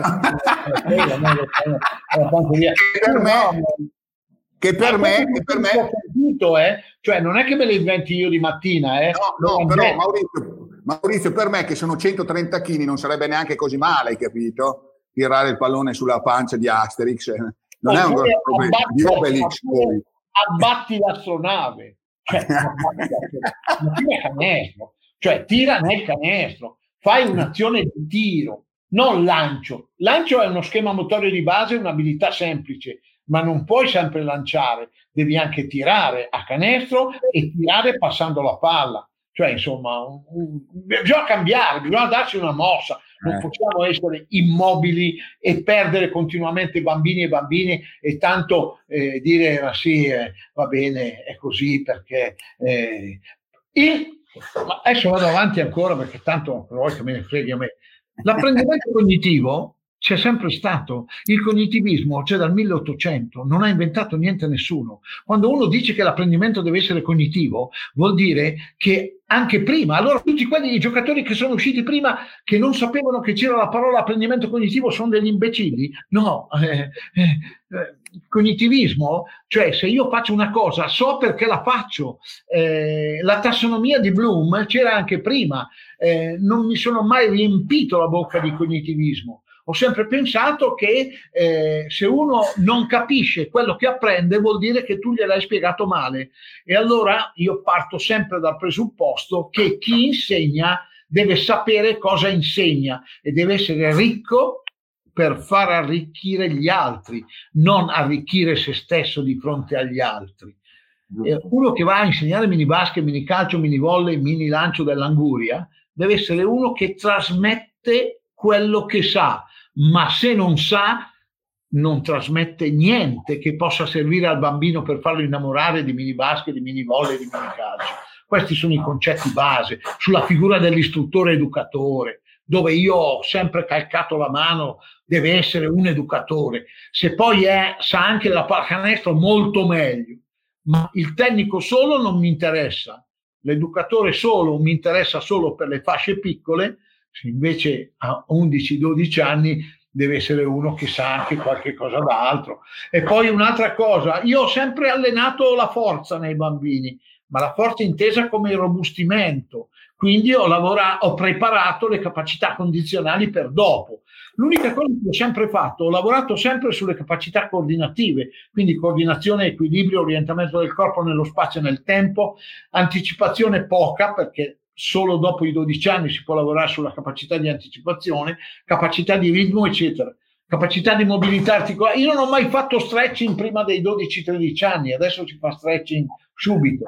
che per me, che per me, che per me... Sentito, eh? Cioè non è che me le inventi io di mattina, eh? No, no, però Maurizio, Maurizio, per me che sono centotrenta chili non sarebbe neanche così male, hai capito? Tirare il pallone sulla pancia di Asterix. Non è un grosso problema di Obelix, poi. Abbatti l'astronave, cioè, ma tira canestro, cioè tira nel canestro, fai un'azione di tiro, non lancio. Lancio è uno schema motorio di base, un'abilità semplice, ma non puoi sempre lanciare, devi anche tirare a canestro e tirare passando la palla. Cioè, insomma, un, un, bisogna cambiare, bisogna darsi una mossa. Non eh. possiamo essere immobili e perdere continuamente bambini e bambini e tanto eh, dire ma sì, eh, va bene, è così perché eh, il, ma adesso vado avanti ancora perché tanto vuoi che me ne freghi a me. L'apprendimento cognitivo c'è sempre stato, il cognitivismo c'è dal milleottocento, non ha inventato niente nessuno. Quando uno dice che l'apprendimento deve essere cognitivo, vuol dire che anche prima, allora tutti quelli giocatori che sono usciti prima, che non sapevano che c'era la parola apprendimento cognitivo, sono degli imbecilli? No, eh, eh, cognitivismo, cioè se io faccio una cosa so perché la faccio. Eh, la tassonomia di Bloom c'era anche prima, eh, non mi sono mai riempito la bocca di cognitivismo. Ho sempre pensato che eh, se uno non capisce quello che apprende vuol dire che tu gliel'hai spiegato male. E allora io parto sempre dal presupposto che chi insegna deve sapere cosa insegna e deve essere ricco per far arricchire gli altri, non arricchire se stesso di fronte agli altri. Eh, uno che va a insegnare mini basket, mini calcio, mini volley, mini lancio dell'anguria deve essere uno che trasmette quello che sa, ma se non sa non trasmette niente che possa servire al bambino per farlo innamorare di mini basket, di mini volley, di mini calcio. Questi sono i concetti base sulla figura dell'istruttore educatore, dove io ho sempre calcato la mano, deve essere un educatore. Se poi è, sa anche la pallacanestro molto meglio, ma il tecnico solo non mi interessa, l'educatore solo mi interessa solo per le fasce piccole. Se invece a undici dodici anni deve essere uno che sa anche qualche cosa d'altro. E poi un'altra cosa, io ho sempre allenato la forza nei bambini, ma la forza intesa come il robustimento, quindi ho lavorato, ho preparato le capacità condizionali per dopo. L'unica cosa che ho sempre fatto, ho lavorato sempre sulle capacità coordinative, quindi coordinazione, equilibrio, orientamento del corpo nello spazio e nel tempo, anticipazione poca, perché solo dopo i dodici anni si può lavorare sulla capacità di anticipazione, capacità di ritmo, eccetera. Capacità di mobilità articolare. Io non ho mai fatto stretching prima dei dodici tredici anni, adesso si fa stretching subito.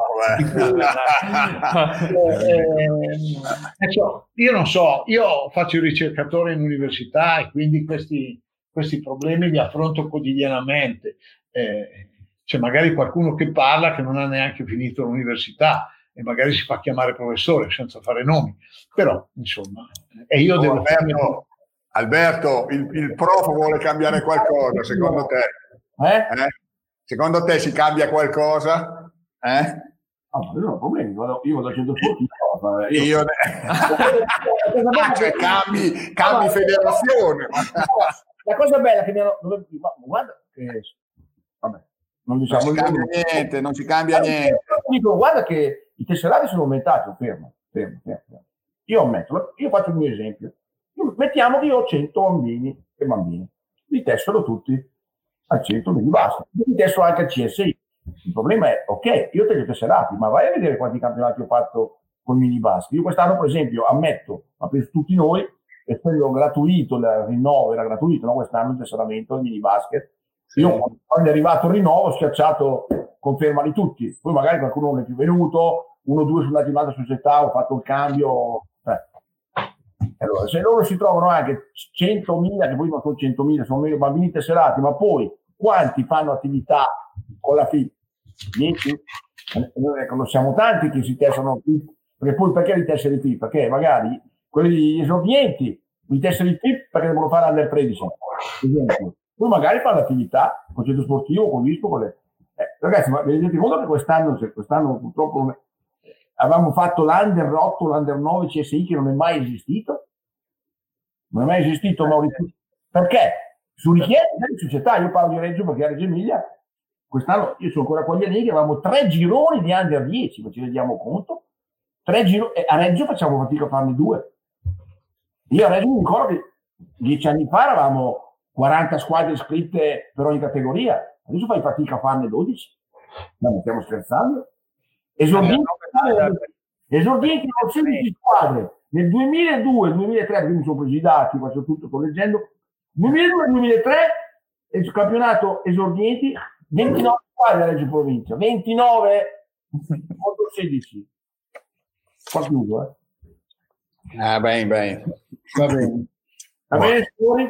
eh, eh, io non so, io faccio il ricercatore in università e quindi questi, questi problemi li affronto quotidianamente. Eh, c'è magari qualcuno che parla che non ha neanche finito l'università e magari si fa chiamare professore senza fare nomi, però insomma e io oh, devo Alberto, Alberto il, il prof vuole cambiare qualcosa secondo te? Eh? Eh? Secondo te si cambia qualcosa? Eh? Ah, ma non ho problemi, vado, io vado al centro sportivo. Io, io... ah, cioè cambi, cambi federazione. La cosa bella che mi hanno... Ma guarda che... Vabbè, non diciamo... Non si cambia niente, non si cambia niente. Dico, guarda che i tesserati sono aumentati, fermo, fermo, fermo. Io ammetto, io faccio il mio esempio. Io, mettiamo che io ho cento bambini e bambine. Li tessero tutti al cento, quindi basta. Li tessero anche al C S I. Il problema è, ok, io te li ho tesserati, ma vai a vedere quanti campionati ho fatto con mini basket. Io quest'anno, per esempio, ammetto, ma per tutti noi, essendo gratuito, il rinnovo era gratuito, no? Quest'anno il tesseramento del mini basket. Io quando è arrivato il rinnovo ho schiacciato conferma di tutti, poi magari qualcuno non è più venuto, uno o due sono andati in un'altra società, ho fatto il cambio. Eh. Allora, se loro si trovano anche centomila, che poi non sono centomila, sono meno bambini tesserati, ma poi quanti fanno attività con la F I P? dieci? Noi conosciamo tanti che si tesserano F I P, perché poi perché li tesseri F I P? Perché magari quelli esordienti li tesseri F I P perché devono fare under tredici, esempio. Poi magari fanno l'attività con il centro sportivo, con l'I S P O, con le... eh, ragazzi, ma vi rendete conto che quest'anno, cioè, quest'anno purtroppo avevamo fatto l'Under otto, l'Under nove C S I che non è mai esistito? Non è mai esistito, Maurizio. Perché? Su richiesta delle società, io parlo di Reggio perché a Reggio Emilia quest'anno io sono ancora con gli anni che avevamo tre gironi di Under dieci, ma ci rendiamo conto? Tre giro... e a Reggio facciamo fatica a farne due. Io a Reggio mi ricordo che dieci anni fa eravamo quaranta squadre iscritte per ogni categoria, adesso fai fatica a farne dodici. No, stiamo scherzando. Esordienti, esordienti con sedici squadre nel duemiladue duemilatré, quindi sono presi i dati, faccio tutto correggendo. duemiladue duemilatré il campionato esordienti, ventinove squadre a Reggio Provincia, ventinove contro sedici. Qua chiuso, eh. Ah, bene, bene. Va bene. Va bene, signori?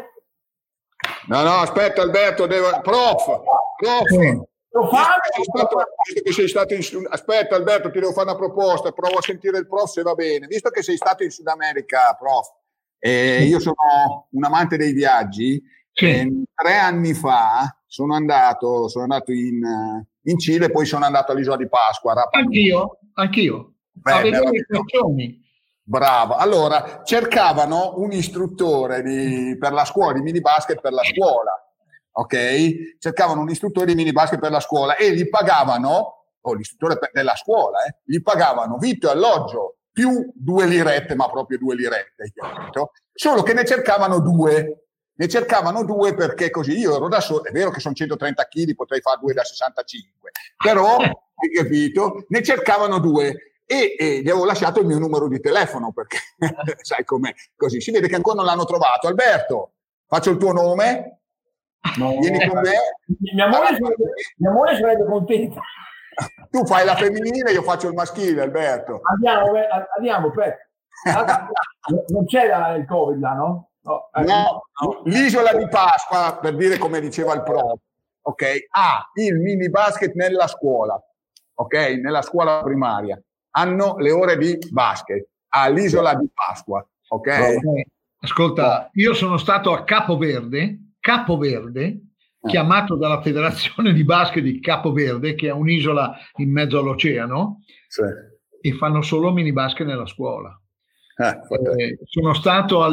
No, no, aspetta Alberto, devo... prof, prof. Sì. Lo fa? Visto che sei stato in... Aspetta Alberto, ti devo fare una proposta, provo a sentire il prof se va bene. Visto che sei stato in Sud America, prof, e io sono un amante dei viaggi, sì. E tre anni fa sono andato, sono andato in, in Cile, poi sono andato all'isola di Pasqua. Anch'io, anch'io. Beh, le bravo. Allora, cercavano un istruttore di, per la scuola di mini basket per la scuola, ok? Cercavano un istruttore di mini basket per la scuola e gli pagavano, o l'istruttore della scuola, eh, gli pagavano vitto e alloggio più due lirette, ma proprio due lirette, capito? Solo che ne cercavano due. Ne cercavano due perché così io ero da solo, è vero che sono centotrenta chili, potrei fare due da sessantacinque, però, hai capito? Ne cercavano due. E, e gli avevo lasciato il mio numero di telefono perché sai com'è, così si vede che ancora non l'hanno trovato. Alberto, faccio il tuo nome, no, vieni con me. Mia moglie, sarebbe, mia moglie sarebbe contenta. Tu fai la femminile, io faccio il maschile, Alberto. Andiamo, andiamo, aspetta. Non c'è la, il Covid là, no? No, no, no, l'isola di Pasqua, per dire come diceva il prof, ok, ha il mini basket nella scuola, ok, nella scuola primaria. Hanno le ore di basket all'isola di Pasqua, ok? Ascolta, io sono stato a Capoverde, Capoverde, eh. chiamato dalla Federazione di Basket di Capoverde, che è un'isola in mezzo all'oceano, sì. E fanno solo mini basket nella scuola. Eh, eh, sono stato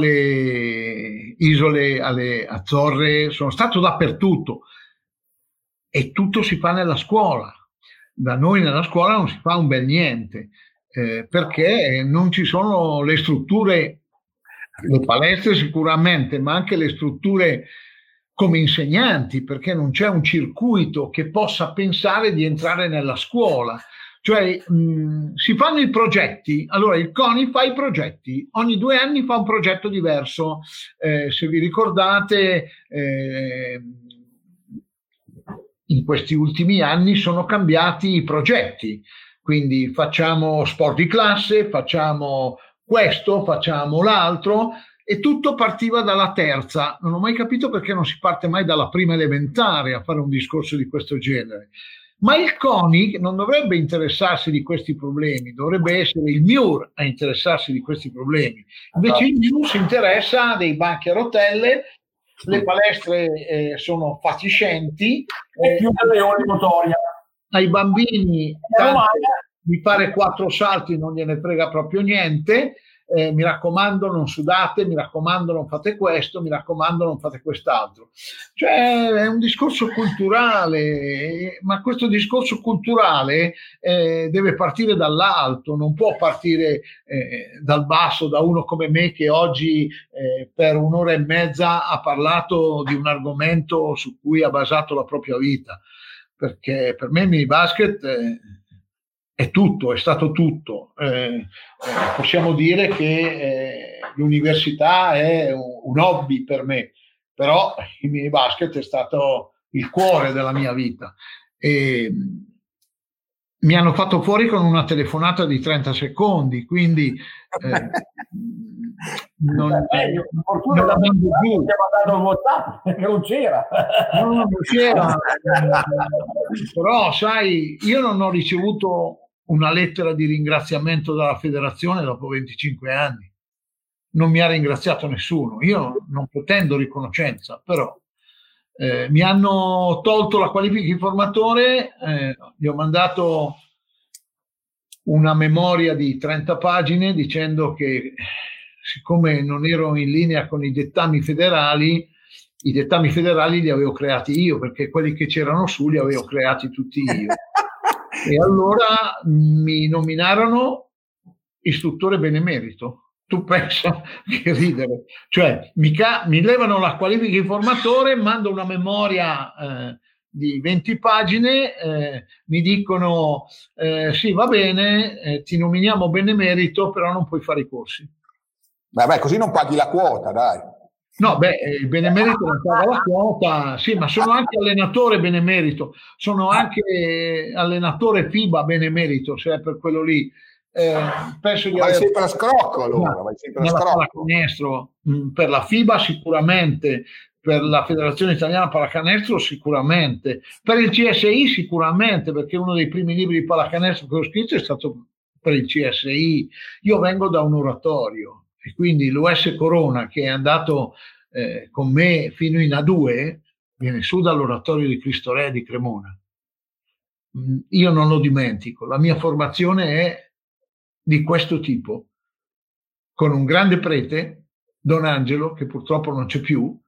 alle isole, alle Azzorre, sono stato dappertutto e tutto si fa nella scuola. Da noi nella scuola non si fa un bel niente, eh, perché non ci sono le strutture, le palestre sicuramente, ma anche le strutture come insegnanti, perché non c'è un circuito che possa pensare di entrare nella scuola. Cioè mh, si fanno i progetti, allora il CONI fa i progetti, ogni due anni fa un progetto diverso, eh, se vi ricordate eh, in questi ultimi anni sono cambiati i progetti, quindi facciamo sport di classe, facciamo questo, facciamo l'altro e tutto partiva dalla terza. Non ho mai capito perché non si parte mai dalla prima elementare a fare un discorso di questo genere. Ma il CONI non dovrebbe interessarsi di questi problemi, dovrebbe essere il M I U R a interessarsi di questi problemi. Invece il M I U R si interessa dei banchi a rotelle le palestre eh, sono fatiscenti, e più eh, leone motoria. Ai bambini tanti, mi pare quattro salti non gliene frega proprio niente. Eh, mi raccomando non sudate, mi raccomando non fate questo, mi raccomando non fate quest'altro. Cioè è un discorso culturale, ma questo discorso culturale eh, deve partire dall'alto, non può partire eh, dal basso, da uno come me che oggi eh, per un'ora e mezza ha parlato di un argomento su cui ha basato la propria vita, perché per me il mini basket eh, è tutto, è stato tutto. Eh, eh, possiamo dire che eh, l'università è un, un hobby per me, però il mini basket è stato il cuore della mia vita. E mi hanno fatto fuori con una telefonata di trenta secondi, quindi eh, non, eh, fortuna non abbiamo mandato il WhatsApp perché non c'era. No, non c'era. Però sai, io non ho ricevuto una lettera di ringraziamento dalla federazione dopo venticinque anni. Non mi ha ringraziato nessuno. Io non pretendo riconoscenza, però eh, mi hanno tolto la qualifica di formatore, eh, gli ho mandato una memoria di trenta pagine dicendo che siccome non ero in linea con i dettami federali, i dettami federali li avevo creati io, perché quelli che c'erano su li avevo creati tutti io. E allora mi nominarono istruttore benemerito. Tu pensa che ridere, cioè mi, ca- mi levano la qualifica di formatore, mando una memoria eh, di venti pagine, eh, mi dicono eh, sì va bene, eh, ti nominiamo benemerito, però non puoi fare i corsi. Beh, beh, così non paghi la quota, dai. No, beh, il benemerito non paga la quota, sì, ma sono anche allenatore benemerito, sono anche allenatore FIBA benemerito, cioè per quello lì. Eh, penso di vai aver... sempre a scrocco allora, vai sempre a scrocco. Pallacanestro, per la FIBA sicuramente, per la Federazione Italiana Pallacanestro sicuramente, per il C S I sicuramente, perché uno dei primi libri di pallacanestro che ho scritto è stato per il C S I. Io vengo da un oratorio e quindi l'U S Corona, che è andato eh, con me fino in A due, viene su dall'oratorio di Cristo Re di Cremona. Io non lo dimentico, la mia formazione è di questo tipo, con un grande prete, Don Angelo, che purtroppo non c'è più,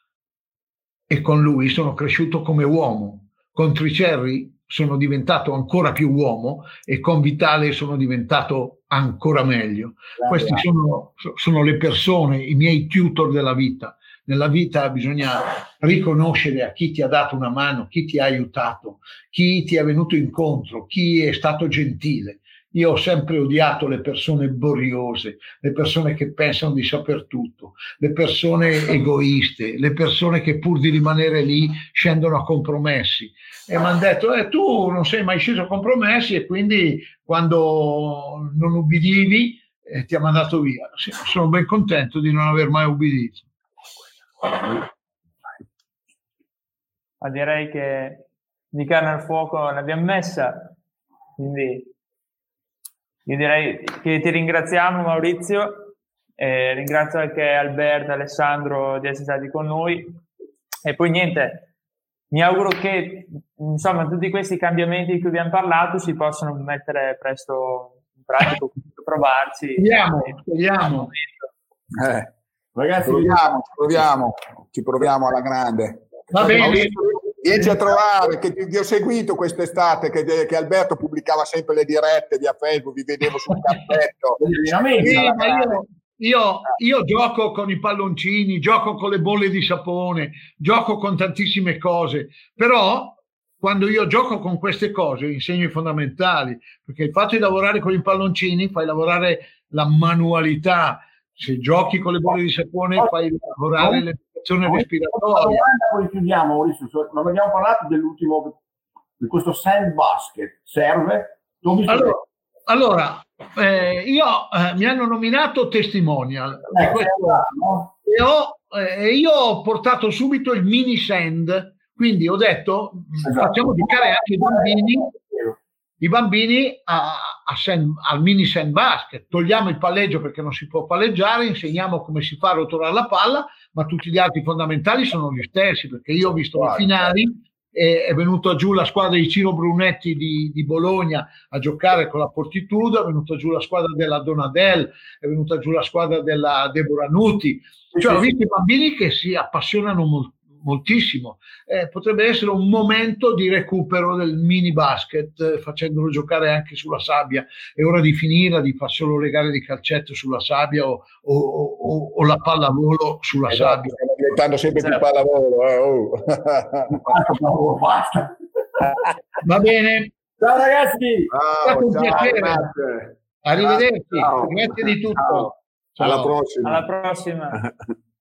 e con lui sono cresciuto come uomo. Con Tricerri sono diventato ancora più uomo e con Vitale sono diventato ancora meglio. Queste sono, sono le persone, i miei tutor della vita. Nella vita bisogna riconoscere a chi ti ha dato una mano, chi ti ha aiutato, chi ti è venuto incontro, chi è stato gentile. Io ho sempre odiato le persone boriose, le persone che pensano di saper tutto, le persone egoiste, le persone che pur di rimanere lì scendono a compromessi. E mi hanno detto, eh, tu non sei mai sceso a compromessi e quindi quando non ubbidivi eh, ti ha mandato via. Sì, sono ben contento di non aver mai ubbidito. Ma direi che di carne al fuoco ne abbiamo messa, quindi io direi che ti ringraziamo Maurizio, eh, ringrazio anche Alberto e Alessandro di essere stati con noi e poi niente, mi auguro che insomma tutti questi cambiamenti di cui abbiamo parlato si possano mettere presto in pratica, provarci. Speriamo, speriamo. Eh, ragazzi, proviamo, ci proviamo, ci proviamo alla grande. Va bene. Vieni a trovare, che ti, ti ho seguito quest'estate, che, che Alberto pubblicava sempre le dirette via Facebook, vi vedevo sul cappetto. Sì, ma io, io, io gioco con i palloncini, gioco con le bolle di sapone, gioco con tantissime cose, però quando io gioco con queste cose insegno i fondamentali, perché il fatto di lavorare con i palloncini fai lavorare la manualità, se giochi con le bolle di sapone fai lavorare le respiratoria. Poi chiudiamo, Maurizio, non abbiamo parlato dell'ultimo, di questo sand basket, serve? Allora, allora eh, io eh, mi hanno nominato testimonial eh, di questo, no? e ho, eh, io ho portato subito il mini sand, quindi ho detto esatto. Facciamo giocare anche i bambini i bambini a, a sand, al mini sand basket, togliamo il palleggio perché non si può palleggiare, insegniamo come si fa a rotolare la palla, ma tutti gli altri fondamentali sono gli stessi, perché io ho visto le finali e è venuta giù la squadra di Ciro Brunetti di, di Bologna a giocare con la Fortitudo, è venuta giù la squadra della Donadel, è venuta giù la squadra della Deborah Nuti, cioè ho visto i bambini che si appassionano molto moltissimo. Eh, potrebbe essere un momento di recupero del mini basket, eh, facendolo giocare anche sulla sabbia. È ora di finirla, di far solo le gare di calcetto sulla sabbia o, o, o, o la pallavolo sulla esatto, sabbia. Stiamo diventando sempre più pallavolo. Eh, oh. Basta. Va bene. Ciao ragazzi. Ciao, un ciao, piacere. grazie. Arrivederci. Ciao. Grazie di tutto. Ciao. Ciao. Alla prossima. Alla prossima.